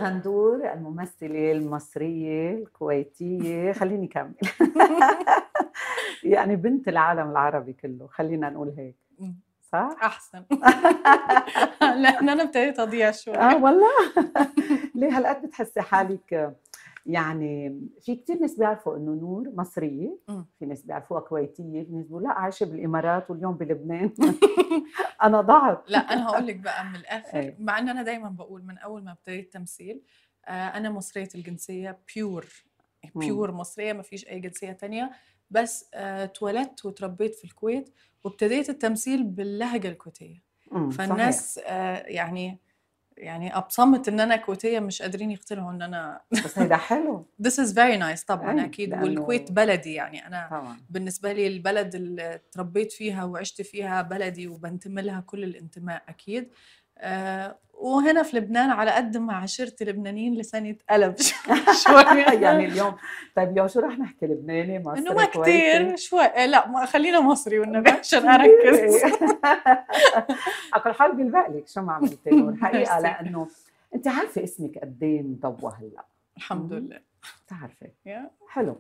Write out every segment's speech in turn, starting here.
الغندور الممثلة المصرية الكويتية، خليني كمل. يعني بنت العالم العربي كله، خلينا نقول هيك، صح؟ احسن. لان انا ابتديت اضيع شوي. والله. ليه هالقد بتحسي حالك؟ يعني في كتير ناس بيعرفوا انه نور مصرية، في ناس بيعرفوها كويتية، في ناس بيقولوا لا عايشة بالامارات واليوم بلبنان. انا ضعت. لا انا هقول لك بقى من الاخر، أي. مع ان انا دايما بقول من اول ما ابتديت تمثيل انا مصريه الجنسيه، بيور مصريه، ما فيش اي جنسيه تانية. بس اتولدت وتربيت في الكويت، وابتديت التمثيل باللهجه الكويتيه. فالناس يعني ابصمت ان انا كويتيه، مش قادرين يقتنعوا ان انا بس هيدا حلو. This is very nice طبعا. أي. اكيد. لأنه والكويت بلدي، يعني انا طبعا. بالنسبه لي البلد اللي تربيت فيها وعشت فيها بلدي، وبنتمي لها كل الانتماء اكيد. وهنا في لبنان على قد ما عشرت لبنانيين لساني اتقلب شويه. يعني اليوم، طيب اليوم شو رح نحكي؟ لبناني، انه مصري، ما كويتي؟ كتير شوي. لا ما خلينا مصري والنبي ما عشان كتير. اركز. على كل حال بيلبق لك، شو ما عملتي نور حقيقه، ميرسي. لانه انت عارفه اسمك قد ايه مضوى هلا. الحمد لله. بتعرفي يا حلو.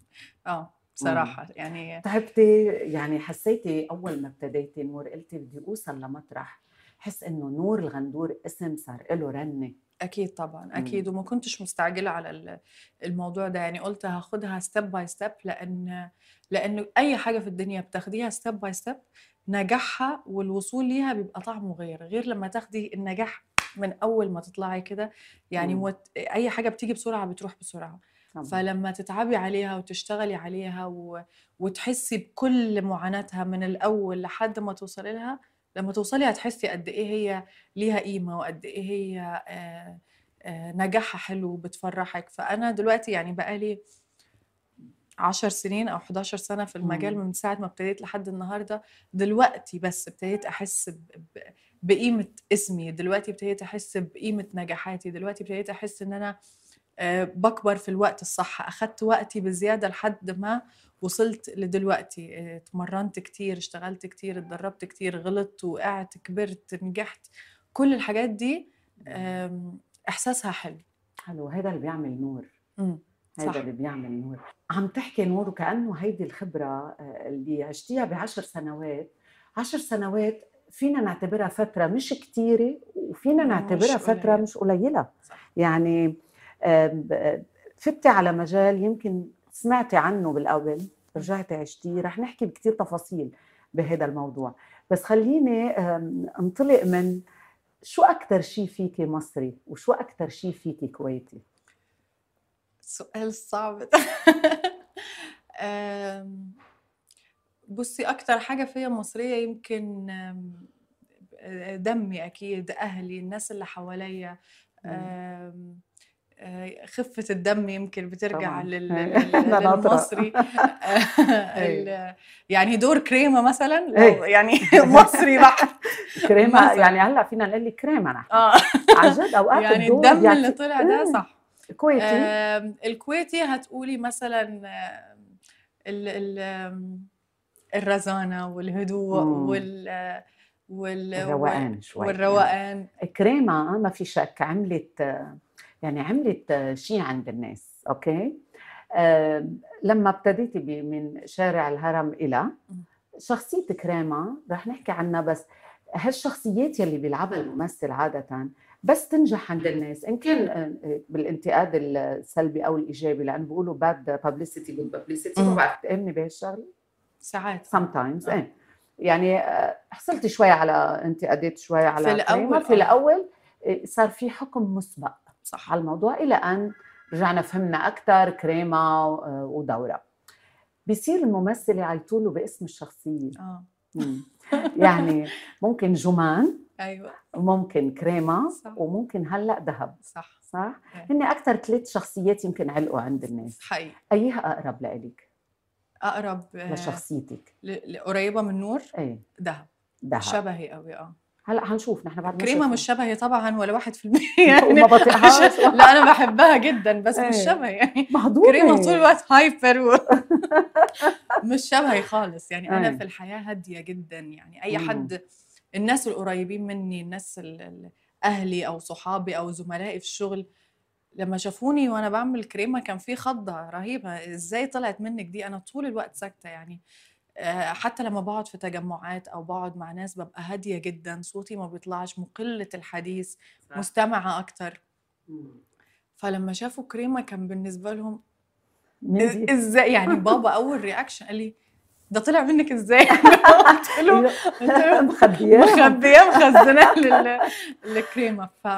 بصراحه يعني تعبتي؟ يعني حسيتي اول ما ابتديتي نور قلتي بدي اوصل لمطرح حس انه نور الغندور اسم صار له رنه؟ اكيد طبعا اكيد. وما كنتش مستعجله على الموضوع ده، يعني قلت هاخدها ستيب باي ستيب، لانه اي حاجه في الدنيا بتاخديها ستيب باي ستيب، نجاحها والوصول ليها بيبقى طعمه غير لما تاخدي النجاح من اول ما تطلعي كده. يعني اي حاجه بتيجي بسرعه بتروح بسرعه. فلما تتعبي عليها وتشتغلي عليها وتحسي بكل معاناتها من الاول لحد ما توصلي لها، لما توصلي هتحسي قد ايه هي ليها قيمه، وقد ايه هي نجاحها حلو وبتفرحك. فانا دلوقتي يعني بقالي 10 سنين او 11 سنه في المجال، من ساعه ما ابتديت لحد النهارده. دلوقتي بس ابتديت احس بقيمه اسمي، دلوقتي ابتديت احس بقيمه نجاحاتي، دلوقتي ابتديت احس ان انا بكبر في الوقت الصح. اخدت وقتي بزياده لحد ما وصلت لدلوقتي. اتمرنت كتير، اشتغلت كتير، اتدربت كتير، غلطت، وقعت، كبرت، نجحت. كل الحاجات دي احساسها حلو. هيدا اللي بيعمل نور. هيدا صح. اللي بيعمل نور. عم تحكي نور وكأنه هيدي الخبرة اللي عشتيها ب10 سنوات. 10 سنوات فينا نعتبرها فترة مش كتيرة، وفينا نعتبرها فترة مش قليلة. صح. يعني فتي على مجال يمكن سمعتي عنه بالأول، رجعتي عشتيه، رح نحكي بكتير تفاصيل بهذا الموضوع. بس خليني انطلق من شو أكتر شيء فيكي مصري وشو أكتر شيء فيكي كويتي؟ السؤال الصعب ده. بصي، أكتر حاجة فيا مصرية يمكن دمي، أكيد أهلي، الناس اللي حواليا. خفة الدم يمكن بترجع للمصري. يعني دور كريمة مثلا، لو يعني مصري بحت. كريمة يعني هلا فينا نقول لك كريمة نحن. عن جد اوقات يعني الدور الدم اللي طلع ده صح. كويتي. الكويتي هتقولي مثلا الرزانة والهدوء والروقان شوي. والروقان. يعني كريمة ما في شك عملت شيء عند الناس. اوكي. لما ابتديتي من شارع الهرم إلى شخصية كريمة رح نحكي عنها. بس هالشخصيات يلي بيلعبها الممثل عادة بس تنجح عند الناس، إن كان بالانتقاد السلبي أو الإيجابي، لأن بيقولوا bad publicity good publicity. ما بعرف تأمني بهالشغلة ساعات sometimes. يعني حصلت شوي على انتقادات شوي على كريمة في الأول. صار في حكم مسبق صح على الموضوع، إلى أن رجعنا فهمنا أكثر كريمة ودورة. بيصير الممثل يعيطوا له باسم الشخصية. يعني ممكن جمان، أيوة، ممكن كريمة، صح. وممكن هلأ ذهب. صح. هن أكثر 3 شخصيات يمكن علقوا عند الناس. حقيقي. أيها أقرب لإلك؟ أقرب لشخصيتك قريبة من نور. ايه؟ ذهب. شبهي قوي. هلا هنشوف نحن بعد ما كريمة مش شبهي طبعا ولا 1%. يعني ما بطيقهاش. لا أنا بحبها جدا بس مش شبهي. يعني مهضومة. كريمة طول الوقت هايبر مش شبهي خالص. يعني أنا في الحياة هادية جدا. يعني أي حد، الناس القريبين مني، الناس أهلي أو صحابي أو زملائي في الشغل، لما شافوني وانا بعمل كريمه كان في خضه رهيبه، ازاي طلعت منك دي؟ انا طول الوقت ساكته يعني. حتى لما بقعد في تجمعات او بقعد مع ناس ببقى هاديه جدا، صوتي ما بيطلعش، مقله الحديث، مستمعه اكتر. فلما شافوا كريمه كان بالنسبه لهم مين دي؟ ازاي يعني؟ بابا اول رياكشن قال لي ده طلع منك ازاي؟ قلت له مخبياه مخزناه للكريمه. ف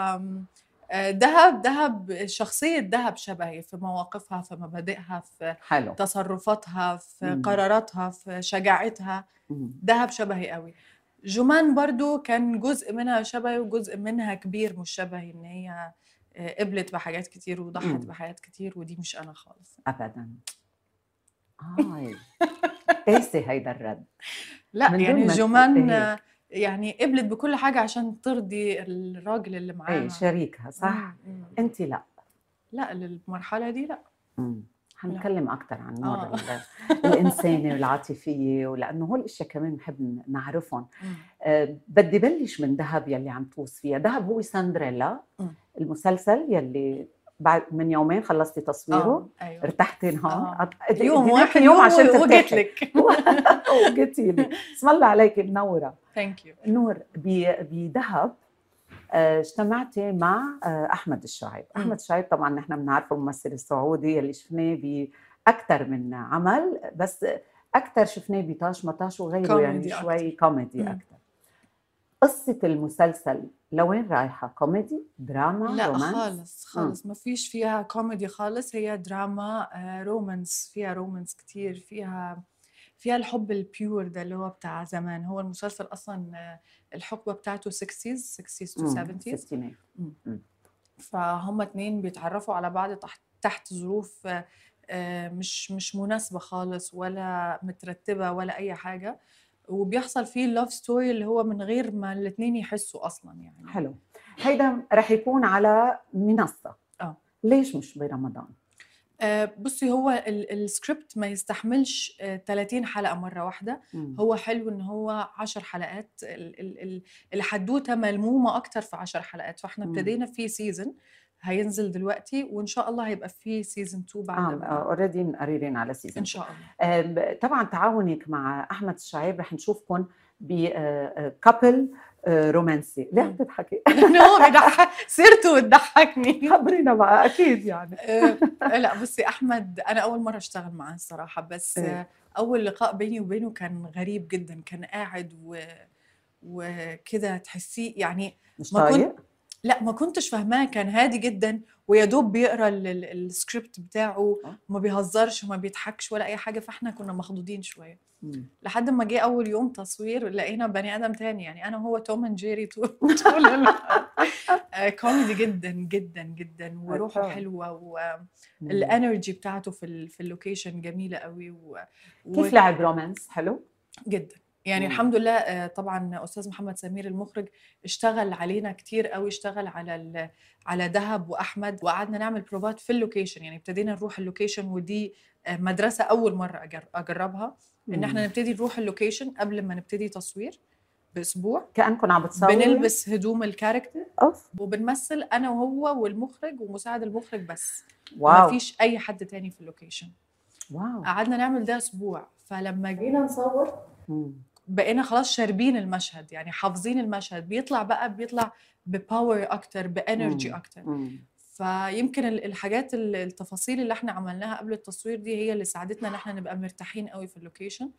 دهب شخصية دهب شبهي في مواقفها، في مبادئها، في حلو. تصرفاتها، في قراراتها، في شجاعتها. دهب شبهي قوي. جمان برضو كان جزء منها شبهي وجزء منها كبير مش شبهي، ان هي قبلت بحاجات كتير وضحت بحاجات كتير، ودي مش انا خالص ابدا. قاسي هيدا الرد. لا يعني جمان يعني قبلت بكل حاجة عشان ترضي الراجل اللي معاها، اي شريكها صح. انت لا للمرحلة دي لا. حنتكلم اكثر عن نور الانسانه والعاطفيه، ولانه هول الاشياء كمان بنحب نعرفهم. بدي بلش من دهب يلي عم توص فيها. دهب هو سندريلا المسلسل يلي بعد من يومين خلصتي تصويره. أيوة. ارتحتي هون يوم واحد يوم عشان وجيت لك وجيتي لي. اسم الله عليك منوره. ثانك يو نور. بدهب اجتمعتي مع احمد الشعيب. احمد الشعيب طبعا نحن بنعرفه الممثل السعودي اللي شفناه باكثر من عمل، بس اكثر شفناه بطاش مطاش وغيره، يعني شوي كوميدي اكثر. قصه المسلسل لوين رايحه؟ كوميدي، دراما، لا رومانس؟ خالص ما فيش فيها كوميدي خالص. هي دراما، رومانس، فيها رومانس كتير، فيها الحب البيور ده اللي هو بتاع زمان. هو المسلسل اصلا الحقبه بتاعته 60s to 70s. فهم اتنين بيتعرفوا على بعض تحت ظروف مش مناسبه خالص ولا مترتبه ولا اي حاجه، وبيحصل فيه اللوف ستوري اللي هو من غير ما الاثنين يحسوا اصلا يعني. حلو. هيدا رح يكون على منصه. ليش مش برمضان؟ بصي هو السكريبت ما يستحملش 30 حلقة مرة واحدة. هو حلو ان هو 10 حلقات، الحدوتة ملمومة اكتر في 10 حلقات. فاحنا ابتدينا في سيزن هينزل دلوقتي، وان شاء الله هيبقى في سيزن 2 بعد اوريدي مقررين على سيزن ان شاء الله. طبعا تعاونك مع احمد الشعيب رح نشوفكم بكابل رومانسي. ليه بتضحكي؟ لانه هو بيضحك، سيرته بتضحكني. خبرينا بقى. اكيد يعني لا بصي احمد انا اول مره اشتغل معاه الصراحه، بس اول لقاء بيني وبينه كان غريب جدا. كان قاعد وكده تحسيه يعني مش طايق. لا ما كنتش فاهماه. كان هادي جدا ويا دوب بيقرا السكريبت بتاعه، وما بيهزرش وما بيضحكش ولا اي حاجه. فاحنا كنا مخضوضين شويه لحد ما جه اول يوم تصوير لقينا بني ادم تاني. يعني انا هو توم اند جيري طول كوميدي جدا جدا جدا، وروحه حلوه، والانرجي بتاعته في اللوكيشن جميله قوي. كيف لعب رومانس؟ حلو جدا يعني. الحمد لله. طبعا استاذ محمد سمير المخرج اشتغل علينا كتير قوي، اشتغل على دهب واحمد، وقعدنا نعمل بروفات في اللوكيشن. يعني ابتدينا نروح اللوكيشن، ودي مدرسه اول مره اجربها، ان احنا نبتدي نروح اللوكيشن قبل ما نبتدي تصوير باسبوع. كانكم عم بتصوروا، بنلبس هدوم الكاركتر وبنمثل انا وهو والمخرج ومساعد المخرج بس. ما فيش اي حد تاني في اللوكيشن. قعدنا نعمل ده اسبوع. فلما جينا نصور بقينا خلاص شاربين المشهد، يعني حافظين المشهد. بيطلع بباور اكتر، بانرجي اكتر. فيمكن الحاجات التفاصيل اللي احنا عملناها قبل التصوير دي هي اللي ساعدتنا ان احنا نبقى مرتاحين قوي في اللوكيشن.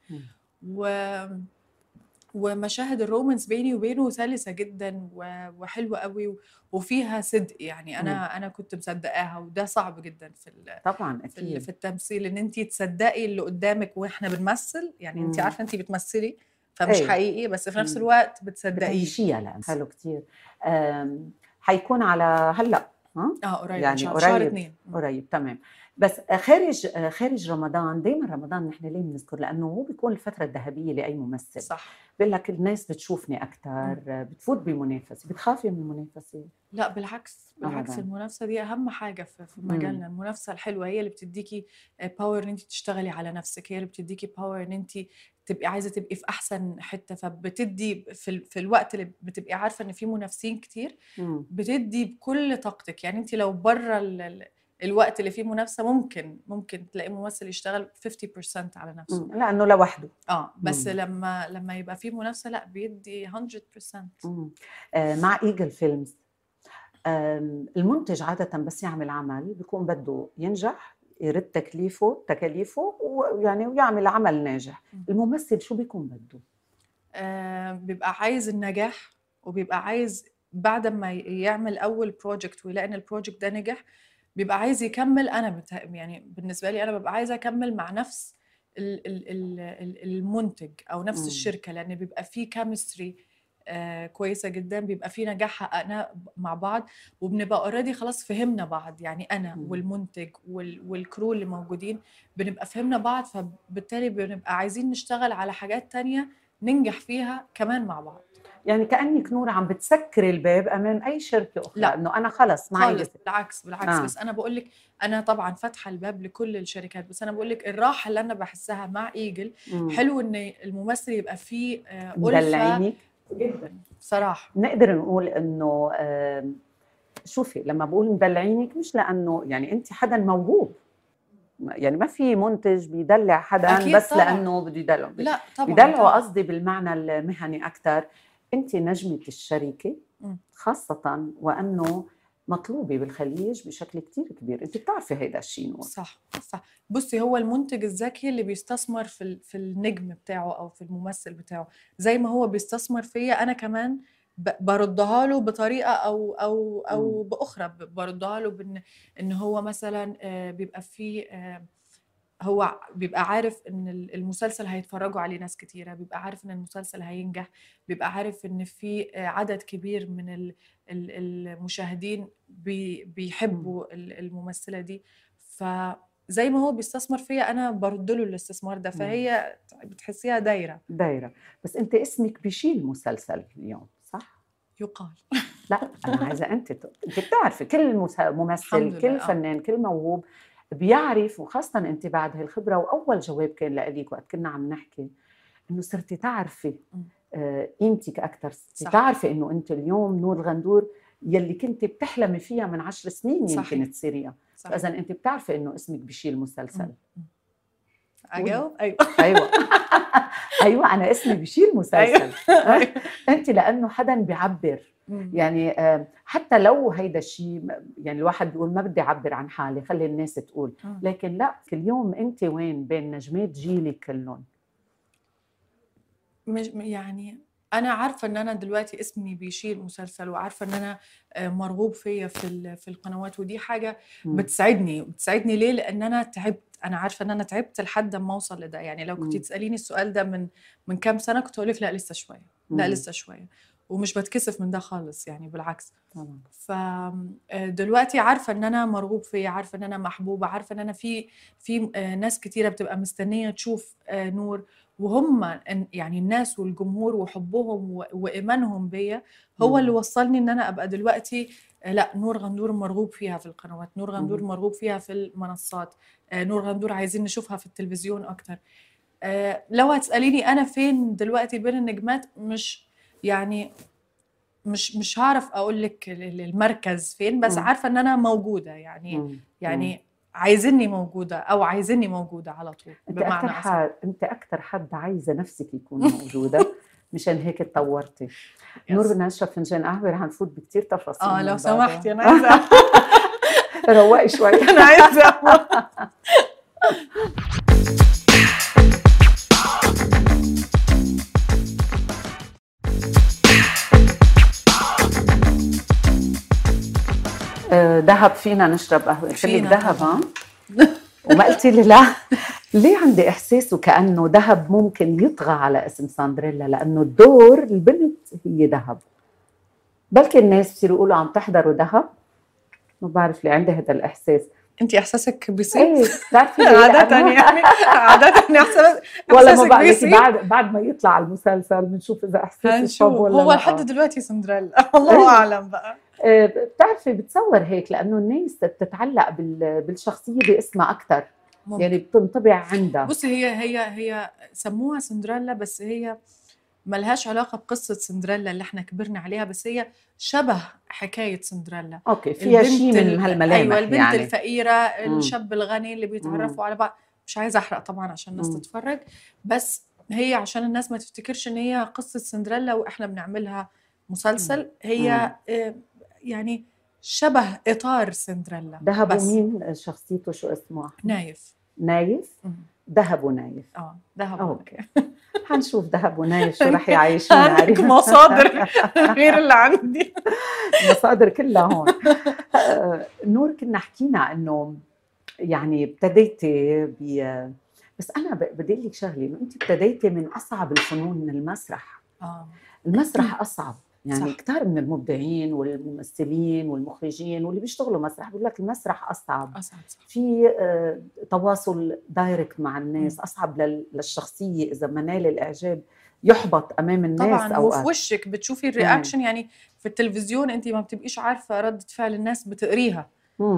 ومشاهد الرومانس بيني وبينه سلسه جدا وحلوه قوي، وفيها صدق. يعني انا كنت مصدقاها، وده صعب جدا طبعا أكيد في التمثيل، ان انت تصدقي اللي قدامك واحنا بنمثل. يعني انت عارفه انت بتمثلي فمش حقيقي، بس في نفس الوقت بتصدقيه. بتعيشيها. حلو كتير. حيكون على هلا قريب يعني شهر 2 قريب. تمام. بس خارج رمضان، دايما رمضان نحن ليه بنذكر؟ لانه هو بيكون الفتره الذهبيه لاي ممثل. صح. بقول لك الناس بتشوفني اكثر، بتفوت بمنافسه. بتخافي من المنافسه؟ لا بالعكس، بالعكس أبداً. المنافسة دي أهم حاجة في مجالنا. المنافسة الحلوة هي اللي بتديكي باور إن أنت تشتغلي على نفسك، هي اللي بتديكي باور إن أنت تبقي عايزة تبقي في أحسن حتة، فبتدي في الوقت اللي بتبقي عارفة إن في منافسين كتير بتدي بكل طاقتك. يعني أنت لو بره الوقت اللي فيه منافسة ممكن تلاقي ممثل يشتغل 50% على نفسه لأنه لوحده. بس لما يبقى فيه منافسة لا بيدي 100%. مع إيجل فيلمز المنتج عادة بس يعمل عمل بيكون بده ينجح، يرد تكاليفه ويعني ويعمل عمل ناجح. الممثل شو بيكون بده؟ بيبقى عايز النجاح، وبيبقى عايز بعد ما يعمل أول بروجكت ويلاقي إن البروجكت ده نجح بيبقى عايز يكمل. يعني بالنسبة لي أنا ببقى عايزة أكمل مع نفس المنتج أو نفس الشركة، لأن بيبقى فيه كيمستري كويسة جدا، بيبقى فيه نجاح حققناه مع بعض، وبنبقى اوريدي خلاص فهمنا بعض. يعني أنا والمنتج والكرو اللي موجودين بنبقى فهمنا بعض، فبالتالي بنبقى عايزين نشتغل على حاجات تانية ننجح فيها كمان مع بعض. يعني كأنك نور عم بتسكري الباب أمام أي شركة أخرى، لا إنه أنا خلص معي خالص، بالعكس بس أنا بقول لك أنا طبعا فاتحة الباب لكل الشركات، بس أنا بقول لك الراحة اللي أنا بحسها مع إيجل حلو إن الممثل يبقى فيه ألفة جدا صراحة. نقدر نقول إنه شوفي لما بقول مدلعينك مش لأنه يعني أنت حدا موهوب، يعني ما في منتج بيدلع حدا بس طبعًا. لأنه بده يدلعه. لا طبعا بيدلعوا قصدي بالمعنى المهني أكثر. أنت نجمة الشركة خاصة وأنه مطلوبة بالخليج بشكل كتير كبير. أنت بتعرفي هيدا الشيء نور. صح. بصي هو المنتج الذكي اللي بيستثمر في النجم بتاعه أو في الممثل بتاعه، زي ما هو بيستثمر فيا أنا كمان بردها له بطريقة أو بأخرى. بردها له إن هو مثلا بيبقى فيه هو بيبقى عارف ان المسلسل هيتفرجوا عليه ناس كتيرة، بيبقى عارف ان المسلسل هينجح، بيبقى عارف ان في عدد كبير من المشاهدين بيحبوا الممثلة دي. فزي ما هو بيستثمر فيا انا برد له الاستثمار ده، فهي بتحسيها دايرة. بس انت اسمك بيشيل مسلسل اليوم صح؟ يقال. لا انا عايزة انت بتعرفي كل ممثل كل فنان كل موهوب بيعرف، وخاصة أنت بعد هالخبرة. وأول جواب كان لإليك وقت كنا عم نحكي إنه صرتي تعرفي قيمتك أكثر، تعرفي إنه أنت اليوم نور الغندور يلي كنت بتحلمي فيها من 10 سنين يمكن تصيريها. فإذا أنت بتعرفي إنه اسمك بيشيل مسلسل. أجاوب؟ أيوة. أيوة أنا اسمي بيشيل مسلسل. أيوة. أنت لأنه حدا بيعبر. يعني حتى لو هيدا الشيء يعني الواحد بيقول ما بدي أعبر عن حالي خلي الناس تقول، لكن لا اليوم أنت وين بين نجمات جيلك كلهم؟ يعني أنا عارفة إن أنا دلوقتي اسمي بيشيل مسلسل، وعارفة إن أنا مرغوب فيا في القنوات، ودي حاجة بتسعدني ليه؟ لأن أنا تعبت. أنا عارفة إن أنا تعبت لحد ما أوصل لده. يعني لو كنت تسأليني السؤال ده من كام سنة كنت أقولك لا لسه شوية، لا لسه شوية، ومش بتكسف من ده خالص يعني بالعكس. فدلوقتي عارفة إن أنا مرغوب فيا، عارفة إن أنا محبوبة، عارفة إن أنا في ناس كتيرة بتبقى مستنية تشوف نور، وهم يعني الناس والجمهور وحبهم وإيمانهم بيا هو اللي وصلني إن أنا أبقى دلوقتي لا نور غندور مرغوب فيها في القنوات، نور غندور مرغوب فيها في المنصات، نور غندور عايزين نشوفها في التلفزيون أكتر. لو هتسأليني أنا فين دلوقتي بين النجمات، مش هعرف أقول لك المركز فين، بس عارفة إن أنا موجودة. يعني عايزيني موجودة أو عايزيني موجودة على طول. بمعنى أنت أكتر حد عايزة نفسك يكون موجودة. مشان هيك اتطورتي. نور بدنا نشرب فنجان قهوة، رح نفوت بكتير تفاصيل. لو سمحتي أنا عايزة روقي شوي. أنا عايزة دهب فينا نشرب قهوة؟ قلت لك دهب ها؟ وما قلتي لي لا. ليه عندي إحساس وكأنه دهب ممكن يطغى على اسم ساندريلا، لأنه الدور البنت هي دهب. بلكي الناس بصيروا يقولوا عم تحضروا دهب، ما بعرف ليه عندي هذا الإحساس. انت احساسك بسيط. ايه بتعرفي عادة يعني عادة ولا ما احساسك بقى لك بسيط. بعد ما يطلع المسلسل بنشوف اذا احساسي صب هنشوف، ولا هو لحد لا. دلوقتي سندريلا الله ايه اعلم بقى. بتعرفي بتصور هيك لانه الناس بتتعلق بالشخصيه باسمها اكثر، يعني ممكن. بتنطبع عندها. بصي هي سموها سندريلا، بس هي ملهاش علاقة بقصة سندريلا اللي احنا كبرنا عليها، بس هي شبه حكاية سندريلا. اوكي فيها شيء من ايوه، هالملامح البنت يعني. الفقيرة، امم الشاب الغني اللي امم بيتعرفوا على بعض. مش عايزة احرق طبعا عشان الناس امم تتفرج، بس هي عشان الناس ما تفتكرش ان هي قصة سندريلا واحنا بنعملها مسلسل. هي يعني شبه اطار سندريلا ذهب بس. ومين شخصيته شو اسمه احمد؟ نايف. نايف. ذهب ونايف. ذهب اوكي ونايف. حنشوف ذهب ونايف شو رح يعيشونا. عندك مصادر غير اللي عندي. المصادر كلها هون. نور كنا حكينا انه يعني ابتديتي بس انا بدي لك شغله، انه انت ابتديتي من اصعب الفنون، من المسرح. المسرح اصعب يعني. كثير من المبدعين والممثلين والمخرجين واللي بيشتغلوا مسرح بيقول لك المسرح اصعب. صح. في تواصل دايركت مع الناس، اصعب للشخصيه اذا ما نال الاعجاب يحبط امام الناس طبعا. اوقات. وفي وشك بتشوفي الرياكشن يعني. في التلفزيون انت ما بتبقيش عارفه ردة فعل الناس، بتقريها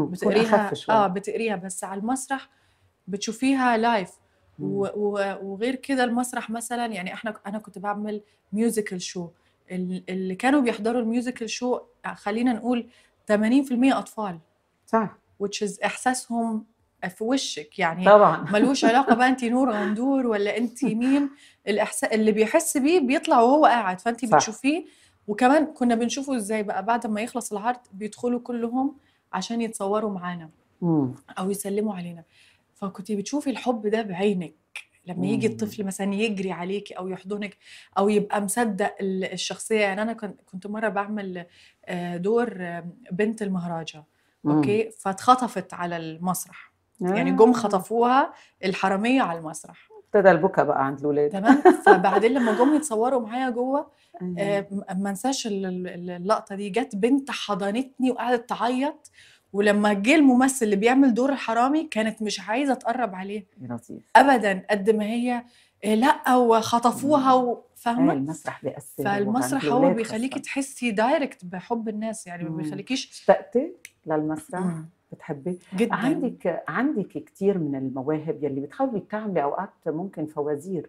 بتقريها بس على المسرح بتشوفيها لايف. وغير كده المسرح مثلا يعني انا كنت بعمل ميوزيكال شو. اللي كانوا بيحضروا الميوزيكال شو خلينا نقول 80% اطفال. صح. which is احساسهم في وشك يعني. طبعا ملوش علاقه بقى انت نور غندور ولا انت مين. الاحساس اللي بيحس بيه بيطلع وهو قاعد، فانت بتشوفيه. وكمان كنا بنشوفه ازاي بقى بعد ما يخلص العرض بيدخلوا كلهم عشان يتصوروا معانا او يسلموا علينا. فكنتي بتشوفي الحب ده بعينك لما يجي الطفل مثلا يجري عليكي او يحضنك او يبقى مصدق الشخصيه. يعني انا كنت مره بعمل دور بنت المهراجة. اوكي، فاتخطفت على المسرح. يعني جم خطفوها الحراميه على المسرح. ابتدى البكا بقى عند الاولاد. تمام. فبعدين لما جم يتصوروا معايا جوه ما انساش اللقطه دي. جت بنت حضنتني وقعدت تعيط، ولما جه الممثل اللي بيعمل دور الحرامي كانت مش عايزه تقرب عليه ابدا قد ما هي لا وخطفوها وفاهمه. المسرح بيأثر. فالمسرح هو بيخليكي تحسي دايركت بحب الناس يعني. ما بيخليكيش. اشتقتي للمسرح؟ بتحبي جدا؟ عندك كثير من المواهب يلي بتحاولي تعملي اوقات ممكن فوازير.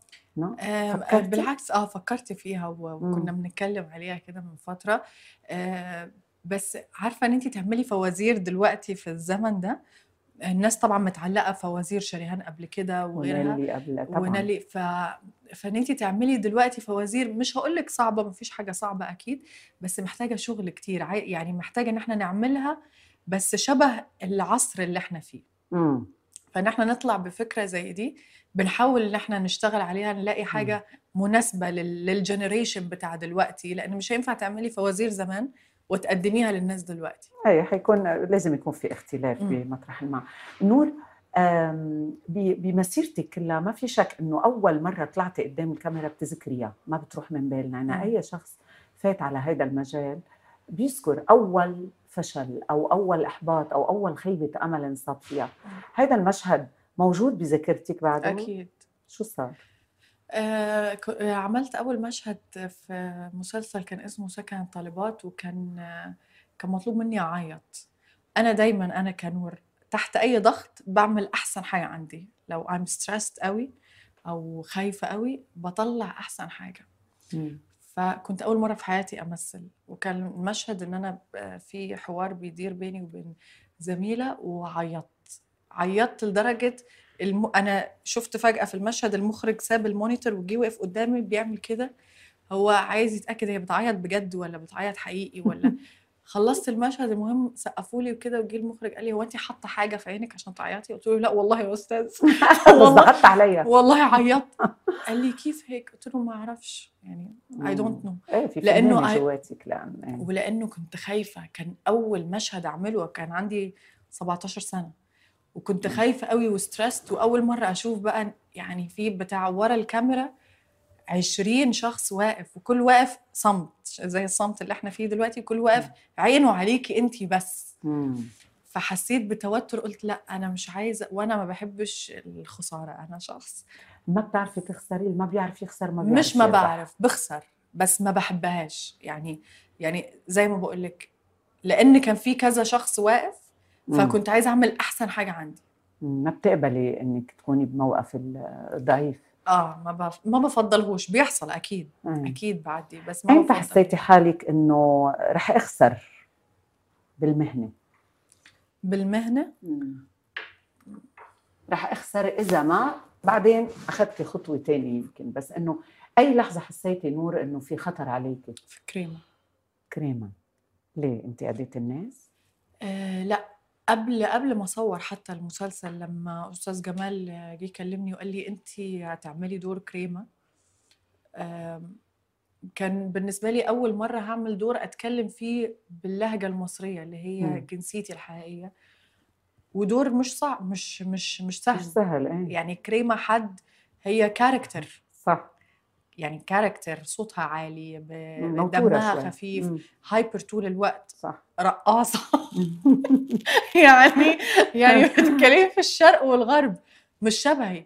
بالعكس فكرت فيها وكنا بنتكلم عليها كده من فتره. بس عارفه ان انت تعملي فوازير دلوقتي في الزمن ده. الناس طبعا متعلقه فوازير شريهان قبل كده وغيرها ونالي. فان انت تعملي دلوقتي فوازير مش هقول لك صعبه، مفيش حاجه صعبه اكيد، بس محتاجه شغل كتير. يعني محتاجه ان احنا نعملها بس شبه العصر اللي احنا فيه. فان احنا نطلع بفكره زي دي بنحاول ان احنا نشتغل عليها، نلاقي حاجه مناسبه للجنريشن بتاع دلوقتي، لان مش هينفع تعملي فوازير زمان وتقدميها للناس دلوقتي. اي حيكون لازم يكون في اختلاف بمطرح الماء. نور، بمسيرتك كلها ما في شك انه اول مره طلعتي قدام الكاميرا بتذكريها ما بتروح من بالنا. يعني اي شخص فات على هذا المجال بيذكر اول فشل او اول احباط او اول خيبه امل انصاب فيها. هذا المشهد موجود بذاكرتك بعده؟ اكيد. شو صار؟ عملت اول مشهد في مسلسل كان اسمه سكن الطالبات، وكان مطلوب مني اعيط. انا دايما انا كنور تحت اي ضغط بعمل احسن حاجه عندي. لو I'm stressed قوي او خايفه قوي بطلع احسن حاجه. فكنت اول مره في حياتي امثل، وكان المشهد ان انا في حوار بيدير بيني وبين زميله وعيطت لدرجه انا شفت فجاه في المشهد المخرج ساب المونيتور وجي وقف قدامي بيعمل كده. هو عايز يتاكد هي بتعيط بجد ولا بتعيط حقيقي ولا. خلصت المشهد المهم سقفوا لي وكده، وجي المخرج قال لي هو انت حاطه حاجه في عينك عشان تعيطي؟ قلت له لا والله يا استاذ. والله ضغطت عليا والله عيطت. قال لي كيف هيك؟ قلت له ما اعرفش يعني I don't know. في فنانة جواتك ولانه كنت خايفه. كان اول مشهد اعمله كان عندي 17 سنه، وكنت خايفه قوي وستريست، واول مره اشوف بقى يعني في بتاع ورا الكاميرا 20 شخص واقف، وكل واقف صمت زي الصمت اللي احنا فيه دلوقتي، كل واقف عينه عليكي انتي بس. فحسيت بتوتر، قلت لا انا مش عايزه، وانا ما بحبش الخساره، انا شخص ما بتعرفي تخسري، اللي ما بيعرف يخسر ما مش بيعرف ما يربح. بعرف بخسر بس ما بحبهاش يعني زي ما بقول لك، لان كان في كذا شخص واقف، فكنت عايزه اعمل احسن حاجه عندي. ما بتقبلي انك تكوني بموقف الضعيف. ما بفضلهوش، بيحصل اكيد مم. اكيد بعدي، بس ما امتى بفضل. حسيتي حالك انه رح اخسر بالمهنه؟ بالمهنه مم. رح اخسر اذا ما بعدين اخذتي خطوه ثانيه يمكن، بس انه اي لحظه حسيتي نور انه في خطر عليكي؟ في كريمه. كريمه. ليه انت اذيتي الناس؟ لا، قبل ما اصور حتى المسلسل، لما استاذ جمال جه كلمني وقال لي انت هتعملي دور كريمه، كان بالنسبه لي اول مره هعمل دور اتكلم فيه باللهجه المصريه اللي هي جنسيتي الحقيقيه، ودور مش صعب، مش سهل. مش سهل. ايه يعني كريمه هي كاركتر، صح. يعني كاركتر صوتها عالي، موتوره دمها شوي. خفيف، هايبر طول الوقت، صح. رقاصه. يعني يعني بتتكلمي في الشرق والغرب، مش شبهي.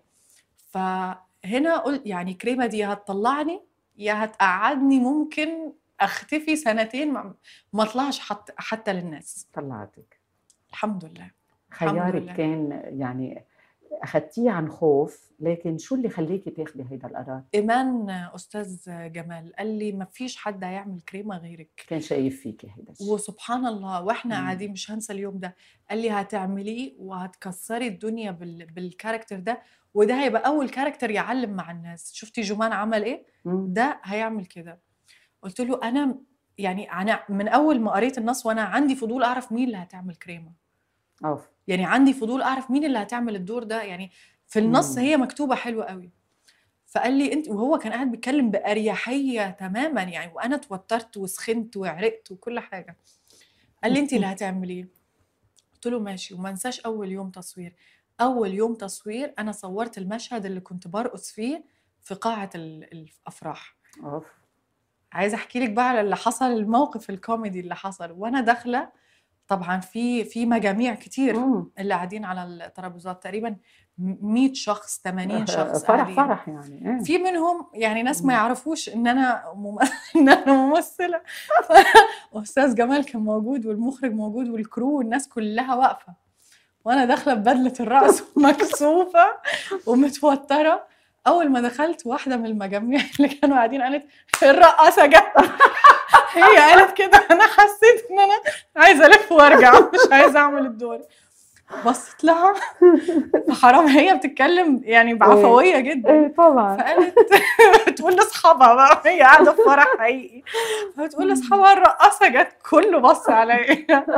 فهنا قلت يعني كريمه دي هتطلعني يا هتقعدني، ممكن اختفي سنتين ما اطلعش حتى للناس. طلعتك. الحمد لله. الحمد خيارك لله. كان يعني اخذتيه عن خوف، لكن شو اللي خليكي تاخذي هيدا القرار؟ ايمان استاذ جمال قال لي ما فيش حد هيعمل كريمه غيرك، كان شايف فيكي هيدا الشيء. وسبحان الله واحنا قاعدين مش هنسى اليوم ده، قال لي هتعمليه وهتكسري الدنيا بالكاركتر ده، وده هيبقى اول كاركتر يعلم مع الناس. شفتي جمان عمل ايه؟ ده هيعمل كده. قلت له انا من اول ما قريت النص وانا عندي فضول اعرف مين اللي هتعمل كريمه. أوف. يعني عندي فضول اعرف مين اللي هتعمل الدور ده، يعني في النص هي مكتوبه حلوه قوي. فقال لي انت، وهو كان قاعد بيتكلم باريحيه تماما يعني، وانا اتوترت وسخنت وعرقت وكل حاجه. قال لي انت اللي هتعمليه. قلت له ماشي. وما انساش اول يوم تصوير، اول يوم تصوير انا صورت المشهد اللي كنت برقص فيه في قاعه الافراح. أوف. عايزه احكي لك بقى على اللي حصل، الموقف الكوميدي اللي حصل وانا داخله. طبعا في مجاميع كتير اللي قاعدين على الترابيزات، تقريبا 100 شخص 80 شخص فرح قاعدين. فرح يعني. في منهم يعني ناس ما يعرفوش ان انا ان انا ممثله. استاذ جمال كان موجود، والمخرج موجود، والكرو والناس كلها واقفه، وانا داخله ببدله الرقص مكسوفه ومتوتره. اول ما دخلت واحده من المجاميع اللي كانوا قاعدين قالت الرقاصه جت. هي قالت كده، انا حسيت ان انا عايزه الف وارجع، مش عايزه اعمل الدور. بصيت لها، فحرام هي بتتكلم يعني بعفويه جدا. ايه طبعا. فقالت بتقول لاصحابها بقى، هي قاعده في فرح حقيقي، فبتقول لاصحابها الرقاصه جت، كله بص عليا.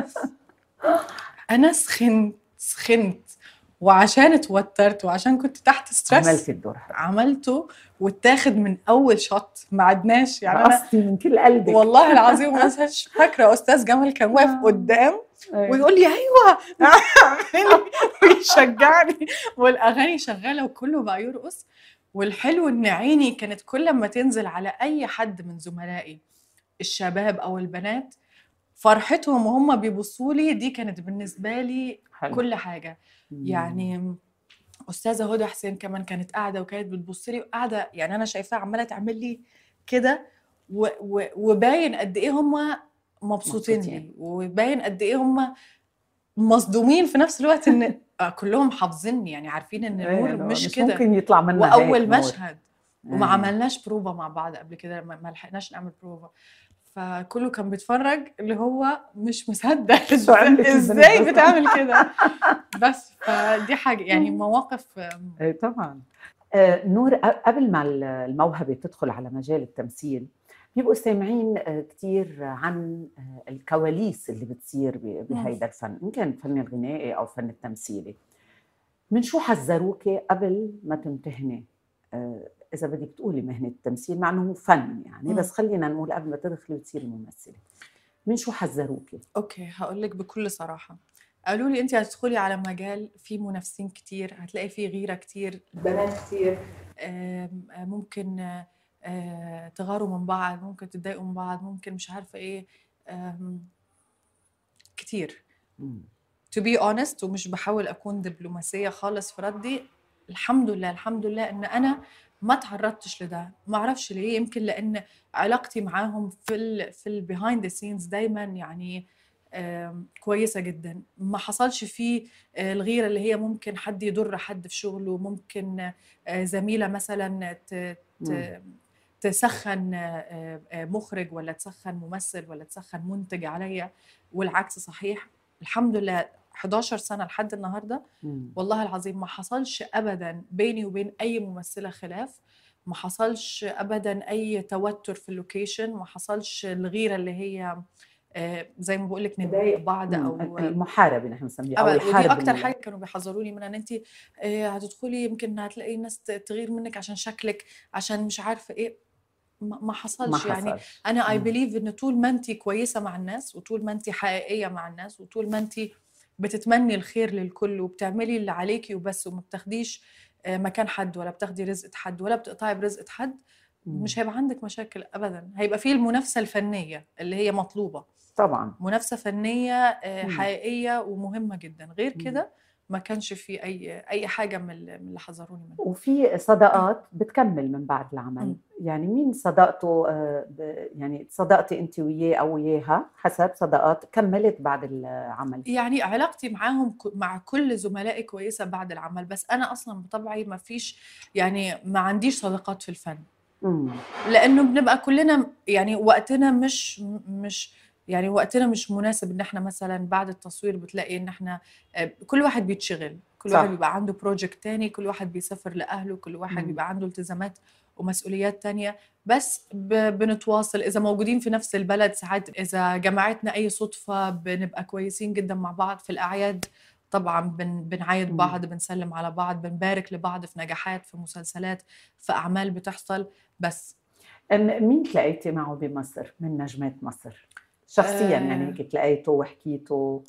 انا سخنت، وعشان اتوترت وعشان كنت تحت ستريس عملتي الدور حلو. عملته، واتاخد من اول شوت، ما عدناش يعني. رقصتي من كل قلبك. والله العظيم ما انساش. فاكره استاذ جمال كان واقف قدام ويقول لي ايوه اعملي ويشجعني، والاغاني شغاله وكله بقى يرقص. والحلو ان عيني كانت كل ما تنزل على اي حد من زملائي الشباب او البنات، فرحتهم وهم بيبصوا لي دي كانت بالنسبه لي حلو. كل حاجه. يعني استاذه هدى حسين كمان كانت قاعده وكانت بتبص لي وقاعده، يعني انا شايفاها عماله تعمل لي كده، وباين قد ايه هم مبسوطين لي، وباين قد ايه هم مصدومين في نفس الوقت ان كلهم حافظيني، يعني عارفين ان نور مش كده، ممكن يطلع منها واول هيك نور. مشهد. وما عملناش بروفا مع بعض قبل كده، ما لحقناش نعمل بروفا، فكله كان بيتفرج اللي هو مش مصدق ازاي بتعمل كده. بس فدي حاجه يعني مواقف. ايه طبعا. نور، قبل ما الموهبه تدخل على مجال التمثيل بيبقوا سامعين كثير عن الكواليس اللي بتصير بهيدا الفن، ان كان الفن الغنائي او فن التمثيلي. من شو حذروكي قبل ما تمتهني، اذا بدك تقولي مهنه التمثيل، مع انه فن يعني، بس خلينا نقول قبل ما تدخلي وتصيري ممثله، من شو حذروكي؟ اوكي، هقول لك بكل صراحه. قالوا لي انت هتدخلي على مجال فيه منافسين كتير، هتلاقي فيه غيره كتير، بنات كتير، ممكن تغاروا من بعض، ممكن تتضايقوا من بعض، ممكن مش عارفه ايه، كتير. to be honest ومش بحاول أكون دبلوماسية خالص في ردي، الحمد لله الحمد لله إن أنا ما تعرضتش لده، ما أعرفش ليه، يمكن لأن علاقتي معاهم في behind the scenes دايما يعني كويسة جدا، ما حصلش فيه الغيرة اللي هي ممكن حد يضر حد في شغله، ممكن زميلة مثلا مم. تسخن مخرج ولا تسخن ممثل ولا تسخن منتج عليا، والعكس صحيح. الحمد لله 11 سنة لحد النهاردة مم. والله العظيم ما حصلش أبدا بيني وبين أي ممثلة خلاف، ما حصلش أبدا أي توتر في اللوكيشن، ما حصلش الغيرة اللي هي زي ما بقول لك نضايق بعض أو المحاربة نحن بنسميها، أو ودي الحرب أكتر حاجة كانوا بيحذروني منها، إن أنت هتدخلي يمكن هتلاقي ناس تغير منك عشان شكلك، عشان مش عارفة إيه. ما ما حصلش يعني. حصلش. انا I believe ان طول ما انت كويسه مع الناس، وطول ما انت حقيقيه مع الناس، وطول ما انت بتتمني الخير للكل وبتعملي اللي عليكي وبس، وما بتاخديش مكان حد ولا بتاخدي رزقة حد ولا بتقطعي برزقة حد، مش هيبقى عندك مشاكل ابدا. هيبقى فيه المنافسه الفنيه اللي هي مطلوبه، طبعا منافسه فنيه حقيقيه ومهمه جدا، غير مم. كده ما كانش في اي حاجه من اللي حذروني منها. وفي صداقات بتكمل من بعد العمل، يعني مين صداقته يعني صداقتي انت وياه او وياها حسب صداقات كملت بعد العمل؟ يعني علاقتي معاهم مع كل زملائي كويسة بعد العمل، بس أنا أصلا بطبعي ما فيش يعني ما عنديش صداقات في الفن، لأنه بنبقى كلنا يعني وقتنا مش يعني وقتنا مش مناسب إن احنا مثلا بعد التصوير بتلاقي إن احنا كل واحد بيتشغل، كل واحد بيبقى عنده بروجكت تاني، كل واحد بيسافر لأهله، كل واحد بيبقى عنده التزامات ومسؤوليات تانية، بس بنتواصل إذا موجودين في نفس البلد، ساعات إذا جمعتنا أي صدفة بنبقى كويسين جدا مع بعض. في الأعياد طبعا بنعايد بعض، بنسلم على بعض، بنبارك لبعض في نجاحات، في مسلسلات، في أعمال بتحصل. بس مين تلاقيتي معه بمصر من نجمات مصر شخصيا؟ يعني هيك تلاقيته وحكيته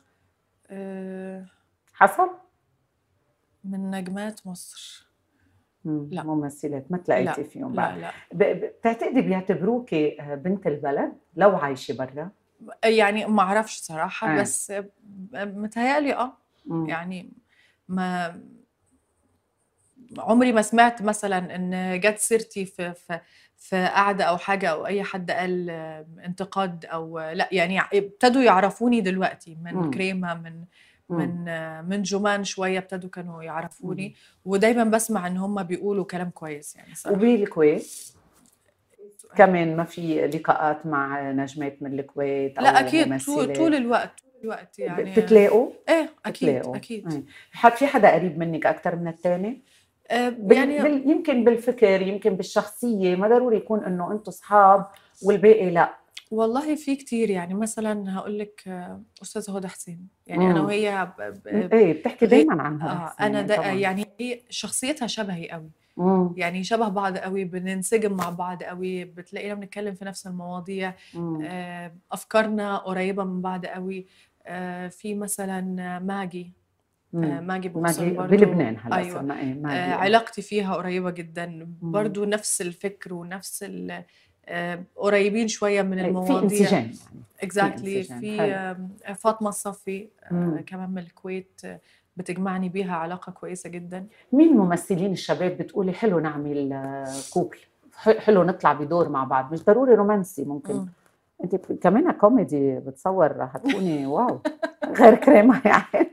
حصل من نجمات مصر؟ لا ممثلات ما تلاقيتي لا فيهم لا بعد؟ لا. بتعتقدي بيعتبروكي بنت البلد لو عايشة برا؟ يعني ما اعرفش صراحة بس متهيألي يعني ما عمري ما سمعت مثلا ان جت سيرتي في قعدة او حاجة او اي حد قال انتقاد او لا، يعني ابتدوا يعرفوني دلوقتي من كريمة، من جمان شوية ابتدوا كانوا يعرفوني، ودايما بسمع ان هم بيقولوا كلام كويس يعني صراحة. وبالكويت كمان ما في لقاءات مع نجمات من الكويت او لا اكيد ممثلات؟ طول الوقت يعني بتتلاقوا؟ ايه اكيد بتلاقوا. اكيد. في حدا قريب منك اكثر من الثاني؟ يعني يمكن بالفكر، يمكن بالشخصيه، ما ضروري يكون انه انتم اصحاب والباقي لا. والله في كتير، يعني مثلا هقول لك استاذه هدى حسين، يعني انا وهي ايه بتحكي دايما عن هدى حسين. انا يعني هي شخصيتها شبهي قوي، يعني شبه بعض قوي، بننسجم مع بعض قوي، بتلاقينا بنتكلم في نفس المواضيع، افكارنا قريبه من بعض قوي. في مثلا ماجي ماجي برضو بلبنان هلا. ايوه ماجي علاقتي فيها قريبه جدا برضو، نفس الفكر ونفس قريبين شويه من المواضيع، في انسجام يعني. اكزاكتلي. في فاطمه الصفي كمان من الكويت، بتجمعني بيها علاقه كويسه جدا. مين ممثلين الشباب بتقولي حلو نعمل كوبل، حلو نطلع بدور مع بعض، مش ضروري رومانسي، ممكن انت كمان كوميدي بتصور هتكوني واو غير كريمه يعني.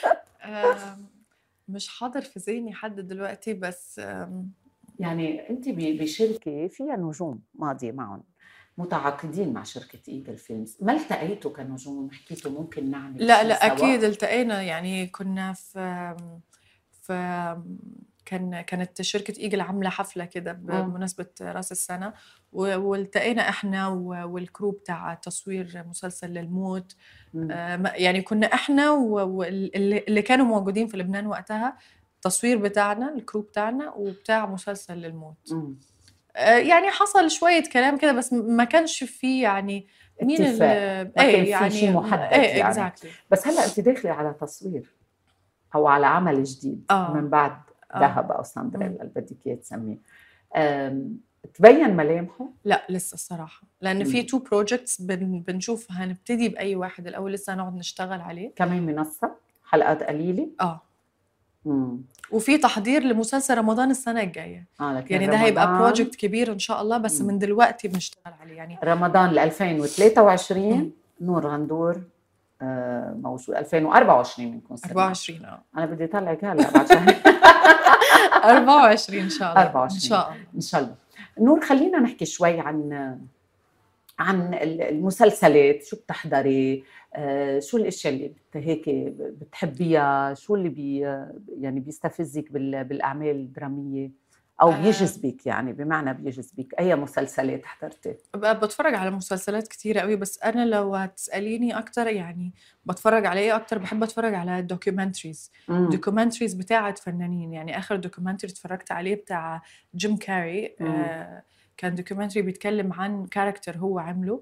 مش حاضر في ذهني حد دلوقتي، بس يعني انت بشركه فيها نجوم ماضيه معهم، متعاقدين مع شركه ايجل فيلمز، ما التقيتوا كنجوم حكيتوا ممكن نعمل لا شيء لا سوا؟ اكيد التقينا، يعني كنا في كانت شركة إيجل عاملة حفلة كده بمناسبة رأس السنة، والتقينا إحنا والكرو بتاع تصوير مسلسل للموت. يعني كنا إحنا واللي كانوا موجودين في لبنان وقتها، التصوير بتاعنا الكرو بتاعنا وبتاع مسلسل للموت. يعني حصل شوية كلام كده، بس ما كانش فيه يعني مين اتفاق، ما كان في شيء محدد يعني. exactly. بس هلا انت داخله على تصوير او على عمل جديد من بعد ذهب او سندريلا اللي بدك اياه تسميه، تبين ملامحه؟ لا لسه الصراحه، لان في 2 بروجكتس بنشوف هنبتدي باي واحد الاول، لسه هنقعد نشتغل عليه. كمان منصه؟ حلقات قليله. امم وفي تحضير لمسلسل رمضان السنة الجاية، لكن يعني ده هيبقى رمضان بروجكت كبير إن شاء الله، بس من دلوقتي بنشتغل عليه يعني. رمضان 2023 نور غندور موجود 2024 بنكون صرنا 24 انا بدي اطلعك هلا بعد شهر 24 إن شاء الله 24 إن شاء الله ان شاء الله. نور خلينا نحكي شوي عن المسلسلات، شو بتحضري؟ شو الاشياء اللي هيك بتحبيها؟ شو اللي يعني بيستفزك بالاعمال الدراميه او بيجذبك؟ يعني بمعنى بيجذبك اي مسلسلات حضرتي؟ بتفرج على مسلسلات كتيرة قوي، بس انا لو هتساليني اكتر يعني بتفرج على ايه اكتر، بحب اتفرج على دوكيومنتريز بتاعه فنانين. يعني اخر دوكيومنتري اتفرجت عليه بتاع جيم كاري، كان دوكيومنتري بيتكلم عن كاركتر هو عمله،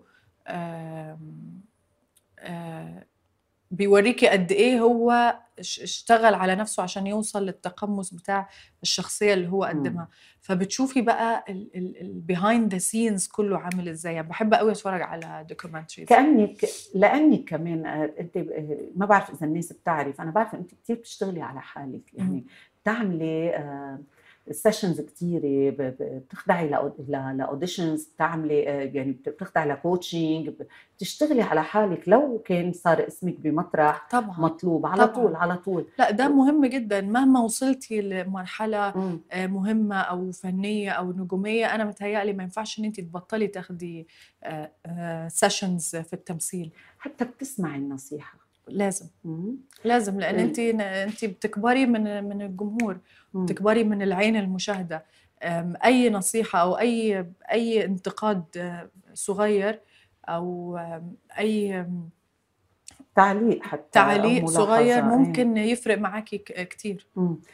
بيوريكي قد ايه هو اشتغل على نفسه عشان يوصل للتقمص بتاع الشخصية اللي هو قدمها. فبتشوفي بقى البيهايند ذا سينز كله عامل ازاي. يعني بحب قوي اتفرج على دوكيومنتريز. لانك كمان انت ما بعرف اذا الناس بتعرف، انا بعرف انت كثير بتشتغلي على حالك، يعني بتعملي سيشنز كثيره، بتخضعي لاوديشنز، بتعملي يعني بتخضعي لكوتشنج، بتشتغلي على حالك. لو كان صار اسمك بمطرح طبعا مطلوب على طبعا. طول على طول. لا ده مهم جدا، مهما وصلتي لمرحله مهمه او فنيه او نجوميه، انا متهيألي ما ينفعش ان انت تبطلي تاخدي سيشنز في التمثيل. حتى بتسمعي النصيحه لازم لازم، لان انت بتكبري من الجمهور، بتكبري من العين المشاهده. اي نصيحه او اي انتقاد صغير او اي تعليق حتى تعليق صغير ممكن يفرق معاكي كتير.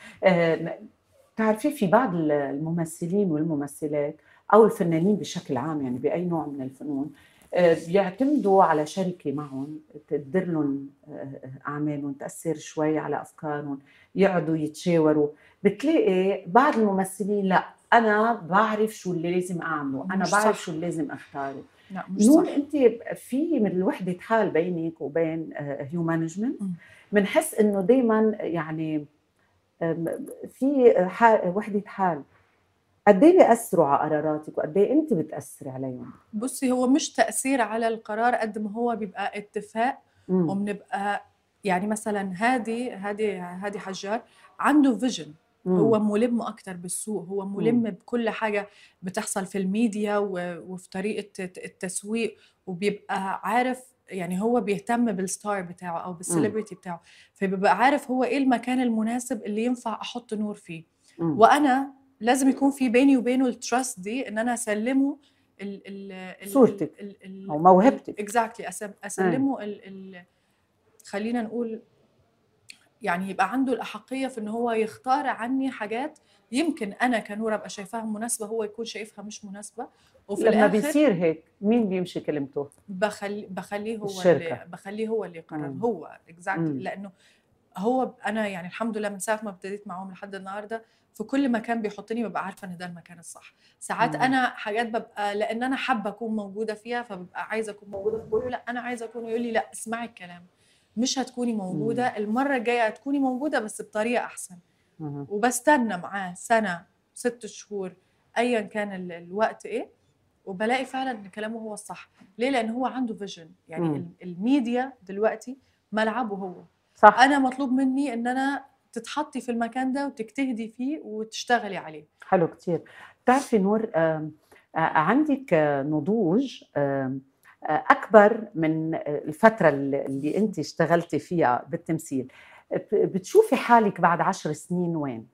تعرفي في بعض الممثلين والممثلات او الفنانين بشكل عام، يعني باي نوع من الفنون، بيعتمدوا على شركه معهم تدير لهم اعمالهم، تاثر شوي على افكارهم، يقعدوا يتشاوروا. بتلاقي بعض الممثلين لا، انا بعرف شو اللي لازم اعمله، انا بعرف شو اللي لازم اختاره. لا مش نور صح. انت في من وحده حال بينك وبين هيو مانجمنت، بنحس انه دائما يعني في وحده حال. قد ايه بيأثروا على قراراتك وقد ايه انت بتأثري عليهم؟ بصي، هو مش تأثير على القرار قد ما هو بيبقى اتفاق، وبنبقى يعني مثلا هادي حجار عنده فيجن، هو ملم اكتر بالسوق، هو ملم بكل حاجه بتحصل في الميديا وفي طريقه التسويق، وبيبقى عارف يعني هو بيهتم بالستار بتاعه او بالسيلبرتي بتاعه، فبيبقى عارف هو ايه المكان المناسب اللي ينفع احط نور فيه. وانا لازم يكون في بيني وبينه التراست دي، ان انا اسلمه صورتك او موهبتك. اكزاكتلي، اسلمه خلينا نقول يعني يبقى عنده الأحقية في ان هو يختار عني حاجات يمكن انا كنور ابقى شايفاها مناسبة، هو يكون شايفها مش مناسبة. وفي لما الآخر بيصير هيك مين بيمشي كلمته؟ بخليه هو اللي يقرر. هو اكزاكتلي، لانه هو انا يعني الحمد لله من ساعه ما ابتديت معاهم لحد النهارده في كل مكان بيحطني ببقى عارفه ان ده المكان الصح. ساعات انا حاجات ببقى لان انا حابه اكون موجوده فيها، فببقى عايزه اكون موجوده، فبقول له لا انا عايزه اكون، يقول لي لا اسمعي الكلام، مش هتكوني موجوده، المره الجايه هتكوني موجوده بس بطريقه احسن. وبستنى معاه سنه 6 شهور ايا كان الوقت ايه، وبلاقي فعلا ان كلامه هو الصح. ليه؟ لان هو عنده فيجن. يعني الميديا دلوقتي ملعبه هو صح. انا مطلوب مني ان انا تتحطي في المكان ده وتجتهدي فيه وتشتغلي عليه. حلو كتير. بتعرفي نور، عندك نضوج اكبر من الفتره اللي انت اشتغلتي فيها بالتمثيل. بتشوفي حالك بعد 10 سنين وين؟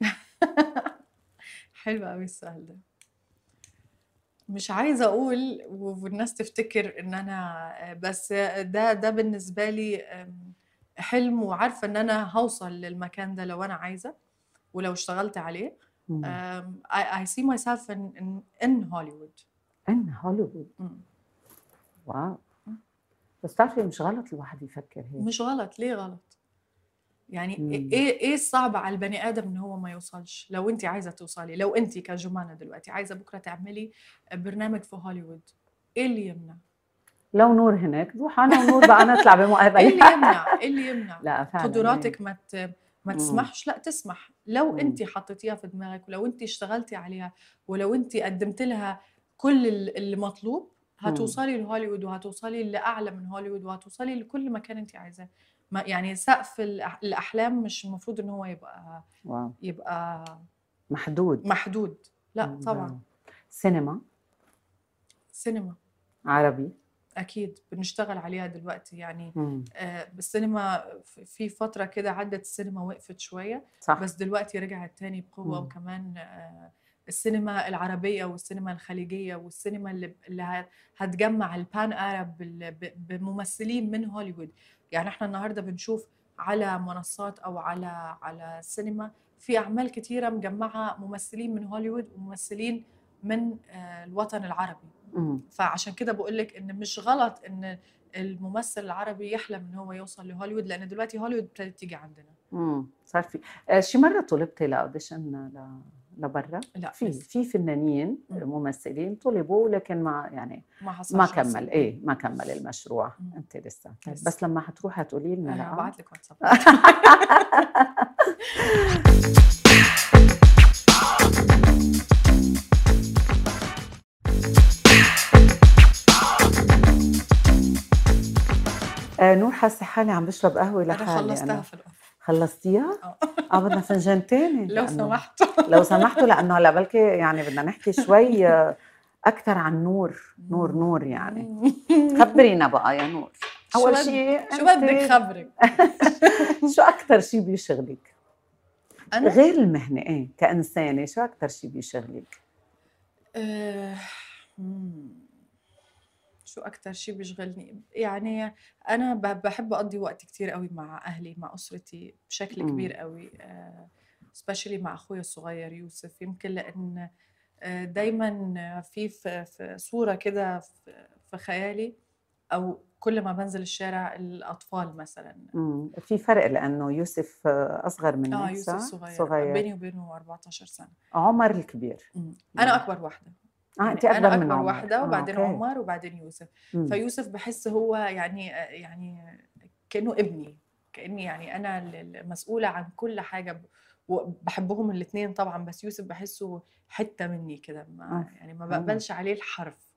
حلو قوي السؤال ده. مش عايزه اقول والناس تفتكر ان انا، بس ده بالنسبه لي حلم، وعارفه ان انا هوصل للمكان ده لو انا عايزه ولو اشتغلت عليه. I see myself in Hollywood. In Hollywood. واو. بس تعرفي مش غلط الواحد يفكر هيك. مش غلط. ليه غلط؟ يعني ايه الصعب على البني ادم ان هو ما يوصلش؟ لو انت عايزه توصلي، لو انت كجمانه دلوقتي عايزه بكره تعملي برنامج في هوليوود، ايه اللي يمنع؟ لو نور هناك روح انا ونور بقى نطلع ايه بمقابله. اللي يمنع؟ ايه اللي يمنع؟ لا فعلا قدراتك ما مم. تسمحش، لا تسمح. لو مم. انت حطيتيها في دماغك، ولو انت اشتغلتي عليها، ولو انت قدمت لها كل اللي مطلوب، مم. هتوصلي لهوليوود، وهتوصلي لأعلى من هوليوود، وهتوصلي لكل مكان انت عايزاه. يعني سقف الأحلام مش المفروض ان هو واو. يبقى محدود. محدود. لا طبعا. واو. سينما سينما عربي. أكيد بنشتغل عليها دلوقتي يعني. مم. بالسينما في فترة كده عدت السينما وقفت شوية، صح. بس دلوقتي رجعت تاني بقوة. مم. وكمان السينما العربية والسينما الخليجية والسينما اللي هتجمع البان أرب بممثلين من هوليوود. يعني احنا النهاردة بنشوف على منصات أو على السينما في أعمال كتيرة مجمعة ممثلين من هوليوود وممثلين من الوطن العربي. مم. فعشان كده بقول لك ان مش غلط ان الممثل العربي يحلم ان هو يوصل لهوليوود، لان دلوقتي هوليوود ابتدت تيجي عندنا. صار في شي مره طلبتي لاوديشن لبرا؟ لا في لسه في فنانين ممثلين طلبوا لكن ما يعني ما ما حصلش كمل نصيب. ما كمل المشروع. مم. انت لسه لسه. بس لما حتروحي هتقولي لنا لا. هبعت لك واتساب. نور حاسه حالي عم بشرب قهوه انا لحالي. خلصتها في الأوضة. خلصتيها؟ بدنا فنجان تاني لو سمحت. لو سمحتوا، لانه هلا بلكي يعني بدنا نحكي شوي اكثر عن نور يعني. خبرينا بقى يا نور. اول شيء شو بدك خبرك؟ شو اكثر شيء بيشغلك؟ انا غير المهنه كانسانه، شو اكثر شيء بيشغلك؟ شو أكتر شيء بيشغلني؟ يعني أنا بحب أقضي وقت كتير قوي مع أهلي، مع أسرتي بشكل كبير قوي، especially مع أخويا الصغير يوسف. يمكن لأن دايما في صورة كده في خيالي، أو كل ما بنزل الشارع الأطفال مثلا. في فرق لأنه يوسف أصغر منك يوسف صح؟ صغير. بيني وبينه 14 سنة. عمر الكبير. أنا أكبر واحدة. يعني أنت أكبر أنا من أكبر عمر. واحدة، وبعدين أوكي. عمر، وبعدين يوسف. فيوسف بحس هو يعني كأنه ابني، كأني يعني أنا المسؤولة عن كل حاجة. وبحبهم الاثنين طبعا، بس يوسف بحسه حتة مني كده، يعني ما بقبلش عليه الحرف.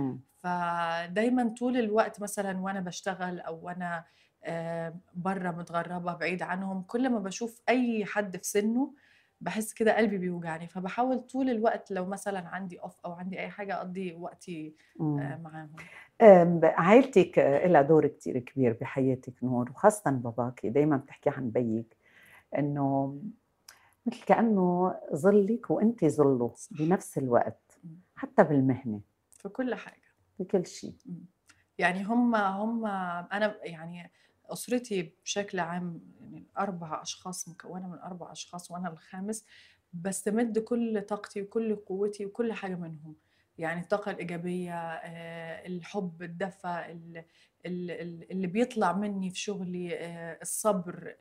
فدايما طول الوقت مثلا وأنا بشتغل أو وأنا برا متغربة بعيد عنهم، كل ما بشوف أي حد في سنه بحس كده قلبي بيوجعني. فبحاول طول الوقت لو مثلا عندي اوف او عندي اي حاجه اقضي وقتي معاهم. عائلتك لها دور كتير كبير بحياتك نور، وخاصه باباكي. دايما بتحكي عن بيك انه مثل كانه ظلك وانت ظله بنفس الوقت، حتى بالمهنه، في كل حاجه، بكل شيء. يعني هم انا يعني اسرتي بشكل عام يعني 4 أشخاص، مكونه من 4 أشخاص وانا الخامس. بستمد كل طاقتي وكل قوتي وكل حاجه منهم. يعني الطاقه الايجابيه، الحب، الدفى اللي بيطلع مني في شغلي، الصبر،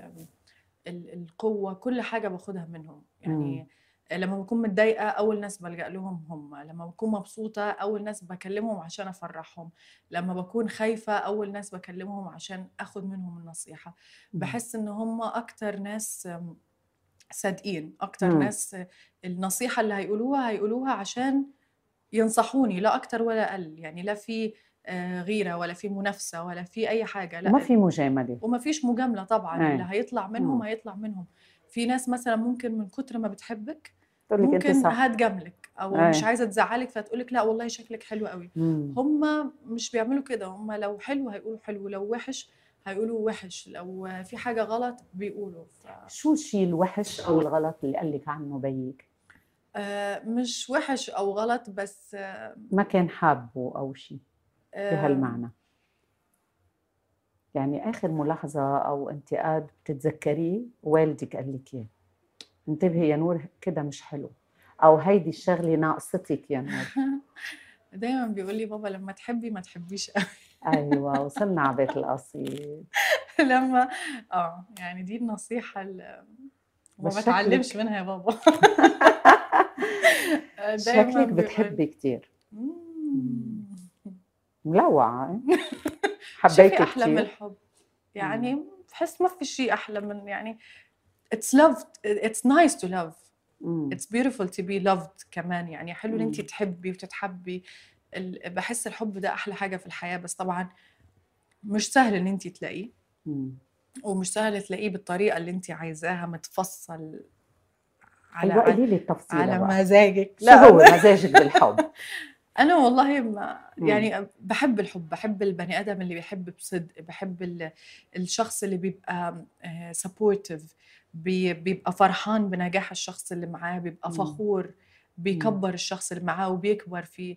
القوه، كل حاجه باخدها منهم. يعني لما بكون متضايقه اول ناس بلجأ لهم هم، لما بكون مبسوطه اول ناس بكلمهم عشان افرحهم، لما بكون خايفه اول ناس بكلمهم عشان اخد منهم النصيحه. بحس ان هم اكتر ناس صادقين، اكتر ناس النصيحه اللي هيقولوها عشان ينصحوني، لا اكتر ولا اقل. يعني لا في غيره ولا في منافسه ولا في اي حاجه، لا وما في مجامله وما فيش مجامله طبعا. اللي هيطلع منهم هيطلع منهم. في ناس مثلا ممكن من كتر ما بتحبك ممكن هتجاملك او مش عايزه تزعلك، فتقولك لا والله شكلك حلو قوي. هم مش بيعملوا كده. هم لو حلو هيقولوا حلو، لو وحش هيقولوا وحش، لو في حاجه غلط بيقولوا. شو الشيء الوحش او الغلط اللي قالك عنه بيك؟ مش وحش او غلط، بس ما كان حابه او شيء بهالمعنى. يعني آخر ملاحظة أو انتقاد بتتذكريه والدك قال لك إياه؟ انتبهي يا نور كده مش حلو، أو هيدي الشغلة ناقصتك يا نور. دايما بيقول لي بابا لما تحبي ما تحبيش قوي. أيوة وصلنا على بيت القصيد. لما يعني دي النصيحة اللي ما بتعلمش منها يا بابا. شكلك بتحبي كتير. ملوعة شو في حبيتي احلى من كتير؟ الحب؟ يعني بحس ما في شيء احلى من يعني it's loved, it's nice to love, مم. it's beautiful to be loved كمان. يعني حلو ان انت مم. تحبي وتتحبي. بحس الحب ده احلى حاجة في الحياة، بس طبعا مش سهل ان انت تلاقيه، مم. ومش سهل تلاقيه بالطريقة اللي انت عايزاها، متفصل على أيوة قولي لي التفصيلة على بقى، مزاجك. شو لا هو مزاجك بالحب؟ انا والله ما مم. يعني بحب الحب، بحب البني ادم اللي بيحب بصدق، بحب الشخص اللي بيبقى سبورتيف، بيبقى فرحان بنجاح الشخص اللي معاه، بيبقى مم. فخور، مم. بيكبر الشخص اللي معاه وبيكبر فيه.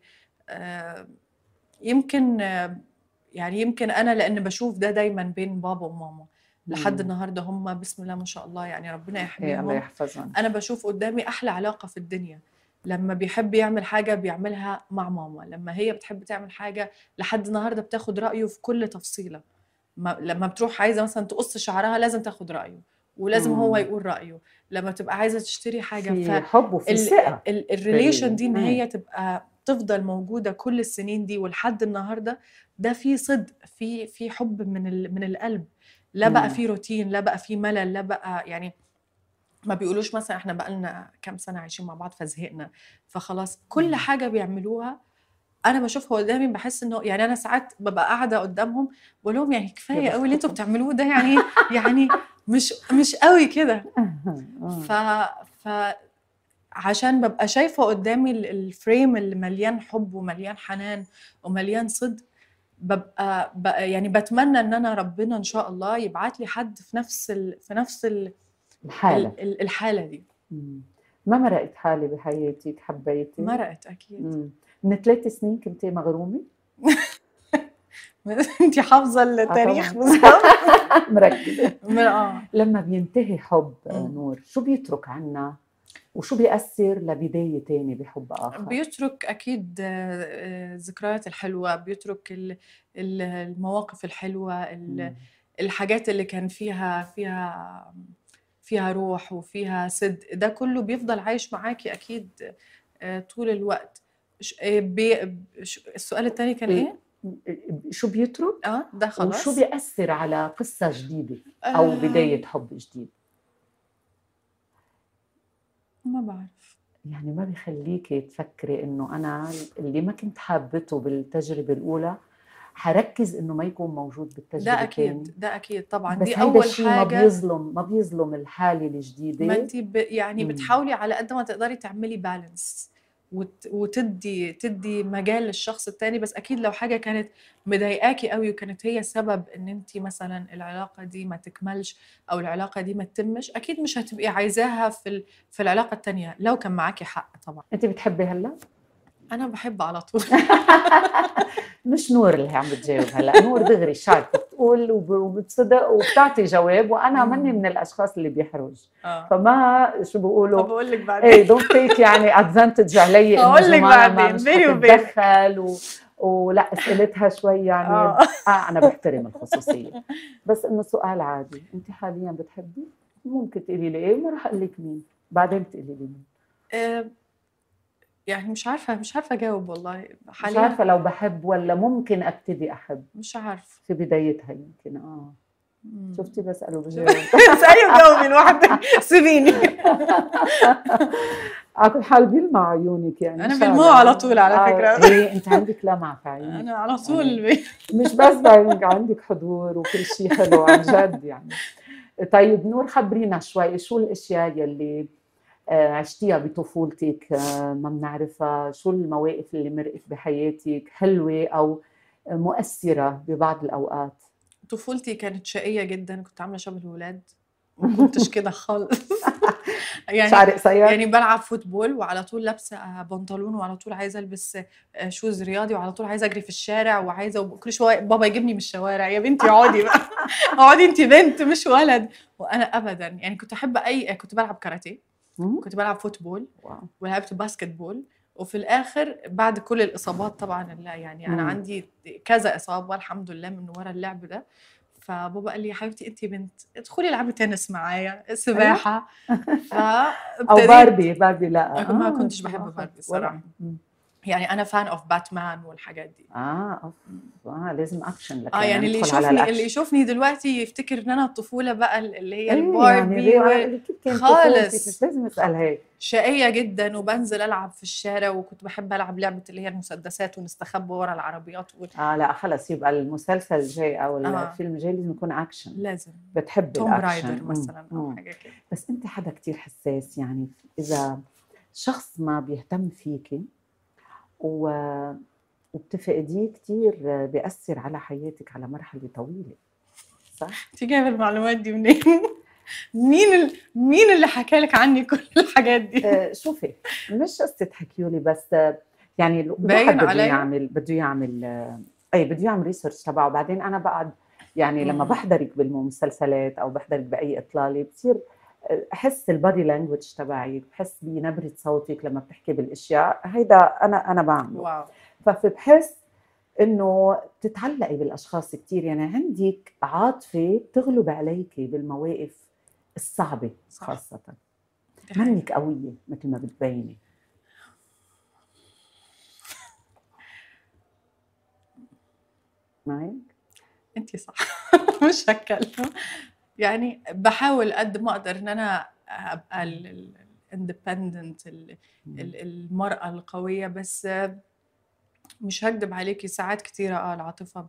يمكن يعني يمكن انا لان بشوف ده دايما بين بابا وماما لحد مم. النهارده، هم بسم الله ما شاء الله يعني ربنا إيه الله يحميهم. يحفظهم. انا بشوف قدامي احلى علاقه في الدنيا لما بيحب يعمل حاجه بيعملها مع ماما، لما هي بتحب تعمل حاجه لحد النهارده بتاخد رايه في كل تفصيله. لما بتروح عايزه مثلا تقص شعرها لازم تاخد رايه، ولازم هو مم. يقول رايه. لما تبقى عايزه تشتري حاجه، في حب وفي ثقة الريليشن دي ان إيه. هي تبقى تفضل موجوده كل السنين دي ولحد النهارده، ده في صدق، في حب من القلب. لا بقى مم. في روتين، لا بقى في ملل، لا بقى يعني ما بيقولوش مثلا احنا بقالنا كام سنه عايشين مع بعض فزهقنا فخلاص. كل مم. حاجه بيعملوها انا بشوفها قدامي بحس انه يعني انا ساعات ببقى قاعده قدامهم بقول لهم يعني يا كفايه قوي اللي انتوا بختكم. بتعملوه ده، يعني مش قوي كده. ف ف عشان ببقى شايفه قدامي الفريم اللي مليان حب ومليان حنان ومليان صدق، ببقى يعني بتمنى ان انا ربنا ان شاء الله يبعت لي حد في نفس الحالة. الحاله دي. مم. ما مرقت حالي بحياتك حبيتي؟ مرقت اكيد. مم. من 3 سنين كنتي مغرومة؟ انتي حافظه التاريخ طبعا بالظبط. مركزة. اه لما بينتهي حب مم. نور شو بيترك عنا وشو بيأثر لبداية تاني بحب آخر؟ بيترك أكيد الذكريات الحلوة، بيترك المواقف الحلوة، مم. الحاجات اللي كان فيها روح وفيها صدق، ده كله بيفضل عايش معاكي أكيد طول الوقت. السؤال التاني كان إيه؟ شو بيترك ده وشو خلاص. بيأثر على قصة جديدة أو آه بداية حب جديد؟ ما بعرف. يعني ما بيخليكي تفكري إنه أنا اللي ما كنت حابته بالتجربة الأولى حركز إنه ما يكون موجود بالتجربة ده الثانية. أكيد، ده أكيد طبعا، دي بس هيدا أول الشيء ما حاجة. بيظلم الحالة ما الجديدة. انت يعني مم. بتحاولي على قد ما تقدري تعملي بالانس وتدي مجال للشخص التاني، بس اكيد لو حاجه كانت مضايقاكي قوي وكانت هي سبب ان انت مثلا العلاقه دي ما تكملش او العلاقه دي ما تتمش، اكيد مش هتبقي عايزاها في العلاقه التانيه لو كان معاكي حق طبعا. أنت بتحبي هلا؟ انا بحب على طول. مش نور اللي عم بتجاوب هلا، نور دغري شارك بتقول وبتصدق وبتعطي جواب، وانا ماني من الاشخاص اللي بيحرج. فما شو بيقولوا، بقول لك بعدين. ايه دونت تيك يعني ادفانتج علي انه هقول لك جمانه ما بعدين مش بيني وبينك. حتتدخل ولا اسئلتها شوي يعني انا بحترم الخصوصيه. بس انه سؤال عادي، انت حاليا بتحبي؟ ممكن تقولي لي ايه وما راح اقول لك مين، بعدين تقولي لي مين. يعني مش عارفه اجاوب والله مش حاليا. عارفه لو بحب ولا ممكن ابتدي احب. مش عارفه في بدايتها يمكن شفتي بسأله بجاوب. اسألي وجاوبي لوحدك سيبيني. على كل حال بيلمع عيونك يعني انا بالماء على طول على فكره. هي انت عندك لمعة في عيونك انا على يعني، طول مش بس بعيونك عندك حضور وكل شيء حلو عن جد يعني. طيب نور خبرينا شوي شو الاشياء يلي عشتيها بطفولتك ما بنعرفها، شو المواقف اللي مرقت بحياتك حلوة او مؤثرة ببعض الاوقات؟ طفولتي كانت شقيه جدا، كنت عامله شبه الولاد، ما كنتش كده خالص. شعر يعني قصير؟ بلعب فوتبول وعلى طول لابسه بنطلون وعلى طول عايزه البس شوز رياضي وعلى طول عايزه اجري في الشارع وعايزه كل شويه بابا يجيبني من الشوارع، يا بنتي اقعدي بقى اقعدي انت بنت مش ولد. وانا ابدا يعني كنت احب كنت بلعب كاراتيه، كنت بلعب فوتبول ولعبت باسكت بول، وفي الاخر بعد كل الاصابات طبعا لا يعني انا عندي كذا اصابه الحمد لله من ورا اللعب ده، فبابا قال لي يا حبيبتي انت بنت ادخلي العبي تنس معايا سباحه. او فابتديت. باربي لا ما كنتش بحب صراحة باربي الصراحه. يعني انا فان اوف باتمان والحاجات دي. أوف. لازم أكشن لك، يعني اللي ندخل على يشوفني اللي الأكشن. يشوفني دلوقتي يفتكر ان انا الطفوله بقى اللي هي إيه يعني الباربي أنا كيف كانت طفولتك؟ مش خالص. لازم أسأل هيك. شقيه جدا، وبنزل العب في الشارع، وكنت بحب العب لعبه اللي هي المسدسات ونستخبى ورا العربيات لا خلص، يبقى المسلسل الجاي أو اه الفيلم الجاي لازم يكون أكشن. لازم بتحب توم رايدر الأكشن. مثلا او حاجه كده. بس أنت حدا كتير حساس، يعني إذا شخص ما بيهتم فيكي وبتفقديه كتير بيأثر على حياتك على مرحلة طويلة، صح؟ انت جايبه المعلومات دي منين؟ مين اللي حكى لك عني كل الحاجات دي؟ شوفي، مش قصة حكيولي، بس يعني الواحد باين بده عليا. يعمل بده يعمل ريسيرش تبعه. وبعدين أنا بعد يعني لما بحضرك بالمسلسلات أو بحضرك بأي إطلالة بصير أحس البادي لانجوج تبعك، بحس بنبرة صوتك لما بتحكي بالأشياء هيدا. أنا بعمله. واو. فبحس إنه بتتعلقي بالأشخاص كتير، يعني عندك عاطفة بتغلب عليكي بالمواقف الصعبة. صح. خاصة دي حقيقة. منك قوية مثل ما بتبيني. معك؟ انتي صح. مش هتكلم. يعني بحاول قد ما اقدر ان انا ابقى الاندبندنت، المرأة القوية، بس مش هكدب عليكي ساعات كتيرة العاطفة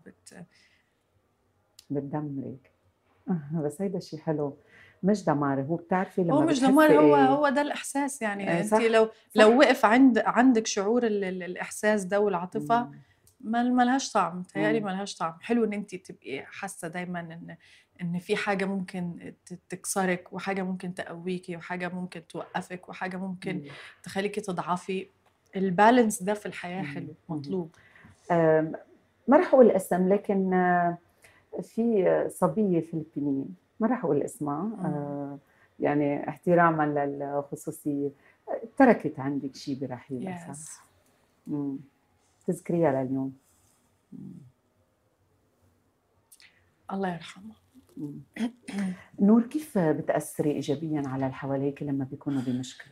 بتدمرك. بس هيدا شيء حلو، مش دمار. هو بتعرفي هو لما مش دمار، بتحسي هو ده الاحساس. يعني انت صح لو صح. وقف عندك شعور الاحساس ده والعاطفة، ملهاش طعم. تهيألي ملهاش طعم. حلو ان انت تبقي حاسة دايما ان في حاجة ممكن تكسرك، وحاجة ممكن تقويكي، وحاجة ممكن توقفك، وحاجة ممكن تخليكي تضعفي. البالانس ده في الحياة حلو، مطلوب. ما رح اقول اسم، لكن في صبية فلبينية، ما رح اقول اسمها، يعني احتراما للخصوصية، تركت عندك شيء برحيلها، يس. صح؟ تذكريها لليوم. الله يرحمه. نور، كيف بتأثري إيجابياً على اللي حواليك لما بيكونوا بمشكلة؟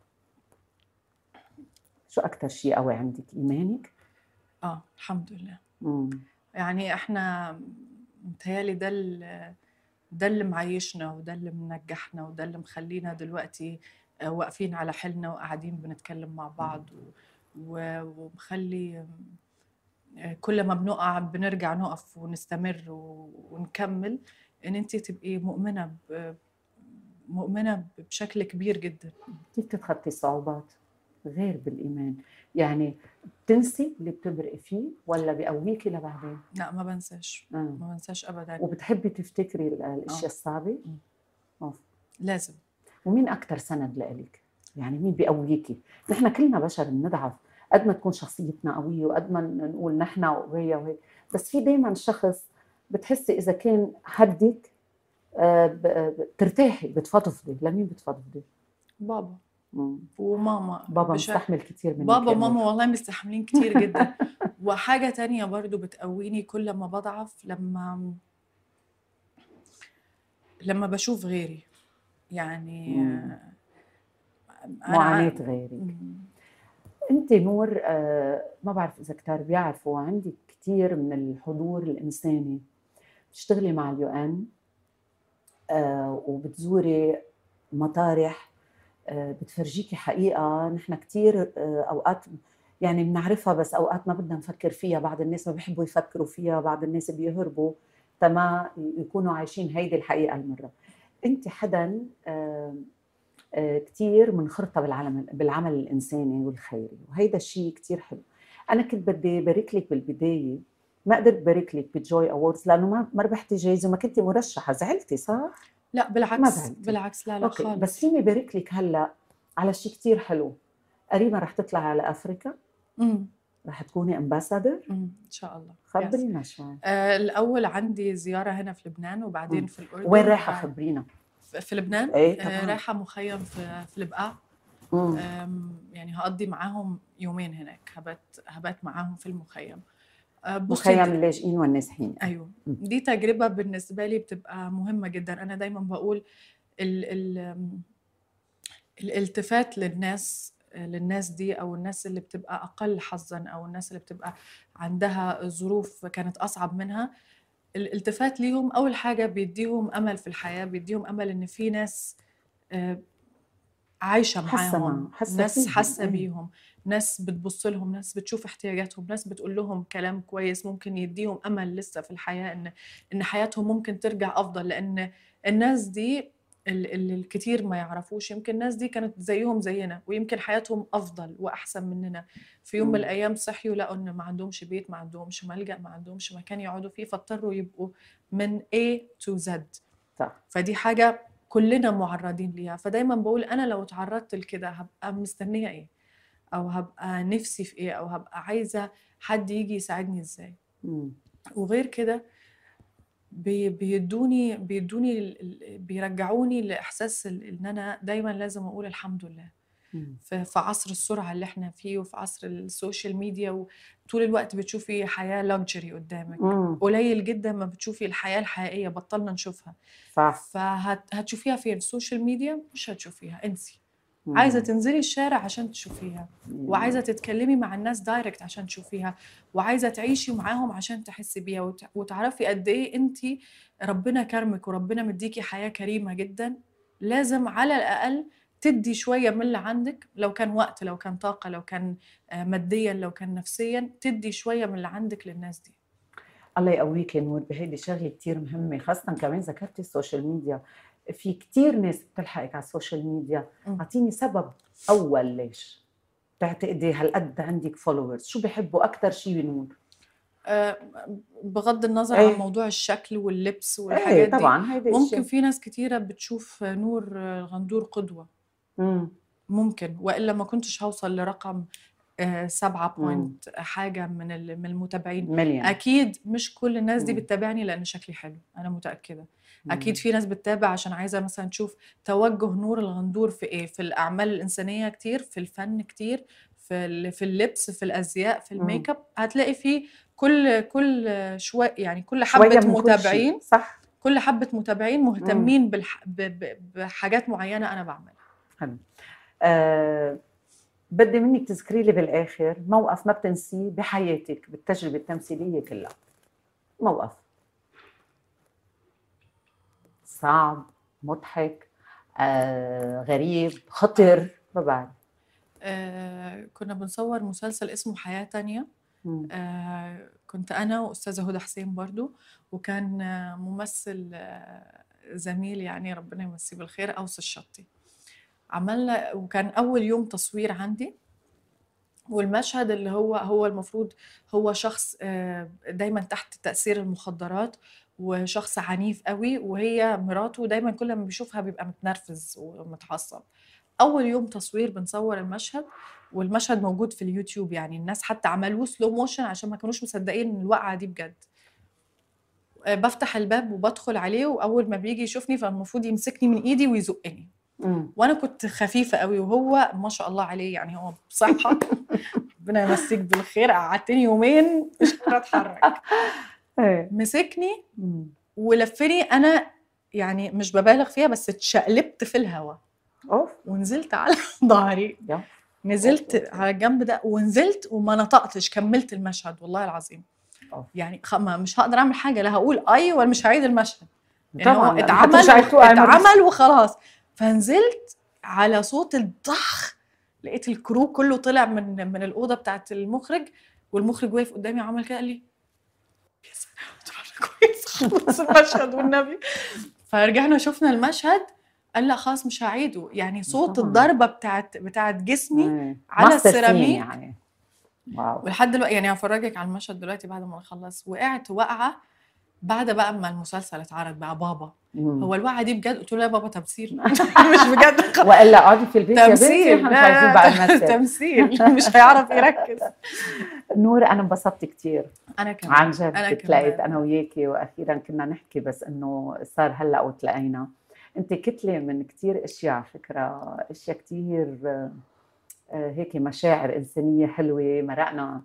شو أكتر شيء قوي عندك؟ إيمانك؟ الحمد لله. مم. يعني احنا متهيألي ده اللي معيشنا، وده اللي منجحنا، وده اللي مخلينا دلوقتي واقفين على حيلنا وقاعدين بنتكلم مع بعض، ومخلي كل ما بنقع بنرجع نقف ونستمر ونكمل. ان انت تبقي مؤمنة بشكل كبير جدا. كيف تتخطي الصعوبات غير بالإيمان؟ يعني بتنسي اللي بتبرقي فيه ولا بيقويكي لبعدين؟ لا، ما بنساش. ما بنساش أبدا. وبتحبي تفتكري الأشياء الصعبة؟ لازم. ومين أكتر سند لإلك؟ يعني مين بيقويكي؟ نحن كلنا بشر بنضعف، قد ما تكون شخصيتنا قوية وقد ما نقول نحن وهي وهي، بس في دايما شخص بتحسي إذا كان حدك بترتاحي، بتفضفضي. لمين بتفضفضي؟ بابا وماما. بابا مستحمل كتير منك. بابا وماما والله مستحملين كتير جدا. وحاجة تانية برضو بتقويني كل ما بضعف، لما بشوف غيري، يعني معاناة غيرك. انت نور، ما بعرف اذا كتار بيعرفوا، عندك كتير من الحضور الانساني، بتشتغلي مع اليو وبتزوري مطارح بتفرجيكي حقيقة نحن كتير أوقات يعني بنعرفها، بس أوقات ما بدنا نفكر فيها. بعض الناس ما بيحبوا يفكروا فيها، بعض الناس بيهربوا تما يكونوا عايشين هيدي الحقيقة المرة. أنت حدا كتير منخرطة بالعمل الإنساني والخيري، وهيدا الشيء كتير حلو. أنا كنت بدي بارك لك بالبداية، ما قدرت بارك لك بجوي أووردز لأنه ما ربحتي جايزة وما كنتي مرشحة. زعلتي صح؟ لا بالعكس، ما زعلتي. بالعكس، لا أوكي. خالص. بس فيني بارك لك هلا على شيء كتير حلو. قريبا رح تطلعي على أفريقيا، رح تكوني امباسادور ان شاء الله. خبرينا شوي. الاول عندي زياره هنا في لبنان، وبعدين في الاردن. وين رايحه؟ خبرينا. في لبنان. رايحه مخيم في البقاع. يعني هقضي معاهم يومين هناك، هبات معاهم في المخيم. مخيم اللاجئين والنازحين. ايوه. دي تجربه بالنسبه لي بتبقى مهمه جدا. انا دايما بقول الالتفات للناس للناس دي، أو الناس اللي بتبقى أقل حظًا، أو الناس اللي بتبقى عندها ظروف كانت أصعب منها، الالتفات ليهم أول حاجة بيديهم أمل في الحياة، بيديهم أمل إن في ناس عايشة معاهم، حاسة ناس فيهم. حاسة بيهم، ناس بتبص لهم، ناس بتشوف احتياجاتهم، ناس بتقول لهم كلام كويس ممكن يديهم أمل لسه في الحياة، إن حياتهم ممكن ترجع أفضل. لأن الناس دي اللي الكتير ما يعرفوش، يمكن الناس دي كانت زيهم زينا، ويمكن حياتهم أفضل وأحسن مننا. في يوم من الأيام صحيوا لقوا إن ما عندهمش بيت، ما عندهمش ملجأ، ما عندهمش مكان يقعدوا فيه، فاضطروا يبقوا من A to Z. صح. فدي حاجة كلنا معرضين ليها. فدايما بقول أنا لو تعرضت لكده هبقى مستنية إيه، أو هبقى نفسي في إيه، أو هبقى عايزة حد يجي يساعدني إزاي. وغير كده بيدوني بيرجعوني لإحساس إن أنا دايما لازم أقول الحمد لله. في عصر السرعة اللي احنا فيه، وفي عصر السوشيال ميديا، وطول الوقت بتشوفي حياة لوكجري قدامك، قليل جدا ما بتشوفي الحياة الحقيقية، بطلنا نشوفها. صح. فهتشوفيها فين؟ السوشيال ميديا مش هتشوفيها، انسي. عايزة تنزلي الشارع عشان تشوفيها، وعايزة تتكلمي مع الناس دايركت عشان تشوفيها، وعايزة تعيشي معاهم عشان تحسي بيها، وتعرفي قد ايه انتي ربنا كرمك وربنا مديكي حياة كريمة جدا. لازم على الأقل تدي شوية من اللي عندك، لو كان وقت، لو كان طاقة، لو كان ماديا، لو كان نفسيا، تدي شوية من اللي عندك للناس دي. الله يقويك يا نور بهيدي شغله كتير مهمه، خاصه كمان ذكرتي السوشيال ميديا. في كتير ناس بتلحقك على السوشيال ميديا. اعطيني سبب اول ليش بتعتقدي هالقد عندك فولورز؟ شو بحبوا اكثر شيء بنور؟ بغض النظر عن موضوع الشكل واللبس والحاجات دي، طبعا ممكن في ناس كتيرة بتشوف نور الغندور قدوة. ممكن، وإلا ما كنتش هوصل لرقم 7 بوينت حاجة من المتابعين مليون. أكيد مش كل الناس دي بتتابعني لأن شكلي حلو، أنا متأكدة. أكيد في ناس بتتابع عشان عايزة مثلا تشوف توجه نور الغندور في إيه، في الأعمال الإنسانية كتير، في الفن كتير، في اللبس، في الأزياء، في الميك اب. هتلاقي فيه كل شوية، يعني كل حبة متابعين، صح، كل حبة متابعين مهتمين بحاجات معينة أنا بعملها. حلو. بدي منك تذكري لي بالآخر موقف ما بتنسيه بحياتك بالتجربة التمثيلية كلها. موقف صعب، مضحك، غريب، خطر، ما بعرف. كنا بنصور مسلسل اسمه حياة تانية. كنت أنا وأستاذة هدى حسين برضو، وكان ممثل زميل يعني ربنا يمسيه بالخير، أوس الشطي. عملنا، وكان أول يوم تصوير عندي، والمشهد اللي هو المفروض هو شخص دايما تحت تأثير المخدرات، وشخص عنيف قوي، وهي مراته دايما كل ما بيشوفها بيبقى متنرفز ومتعصب. أول يوم تصوير بنصور المشهد، والمشهد موجود في اليوتيوب، يعني الناس حتى عملوه سلو موشن عشان ما كانوش مصدقين ان الوقعة دي بجد. بفتح الباب وبدخل عليه، وأول ما بيجي يشوفني فالمفروض يمسكني من إيدي ويزقني. وانا كنت خفيفه قوي، وهو ما شاء الله عليه يعني هو بصحه ربنا يمسيك بالخير. قعدتني يومين مش قادره اتحرك. مسكني ولفني، انا يعني مش ببالغ فيها، بس اتشقلبت في الهواء ونزلت على ظهري. نزلت على الجنب ده ونزلت وما نطقتش، كملت المشهد والله العظيم. يعني مش هقدر اعمل حاجه، لا هقول اي ولا مش هعيد المشهد، يعني هو اتعمل وخلاص. فنزلت على صوت الضخ، لقيت الكرو كله طلع من الأوضة بتاعت المخرج، والمخرج واقف قدامي عمل كده، قال لي يا سلام كويس خلص المشهد والنبي. فرجعنا شفنا المشهد، قال لا خلاص مش هعيده. يعني صوت الضربة بتاعت جسمي على السيراميك يعني. واو. ولحد دلوقتي يعني هفرجك على المشهد دلوقتي بعد ما نخلص. وقعت وقعة بعد بقى ما المسلسل اتعرض بقى بابا هو الوقعة دي بجد؟ قلت له يا بابا تمثيل مش بجد. والا قعدي في البيت تمثيل، يا بنتي مش عايزين بقى نمثل. تمثيل مش هيعرف يركز. نور انا انبسطت كثير. انا كمان عن جد تلاقيت انا وياكي، واخيرا كنا نحكي بس انه صار هلا وتلاقينا. انت كتله من كثير اشياء على فكره، اشياء كثير هيك مشاعر انسانيه حلوه. مرقنا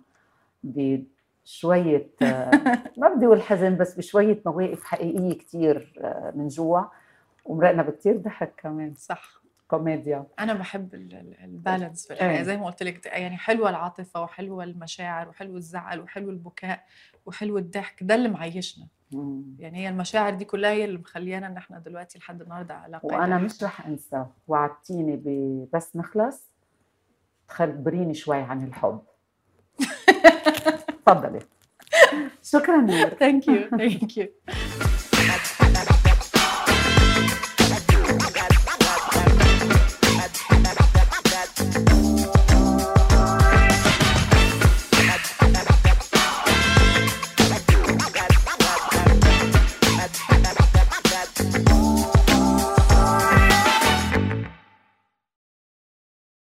بشويه ما بدي اقول حزن، بس بشويه مواقف حقيقيه كثير من جوا، ومرقنا بكثير ضحك كمان. صح. كوميديا. انا بحب البالانس في الحياه، زي ما قلت لك، يعني حلوه العاطفه وحلوه المشاعر وحلو الزعل وحلو البكاء وحلو الضحك، ده اللي معيشنا. يعني هي المشاعر دي كلها هي اللي مخليانا ان احنا دلوقتي لحد النهارده على قيد وانا الحياه. مش رح انسى، وعدتيني بس نخلص تخبريني شوي عن الحب. تفضلي. شكرا نور. ثانك يو.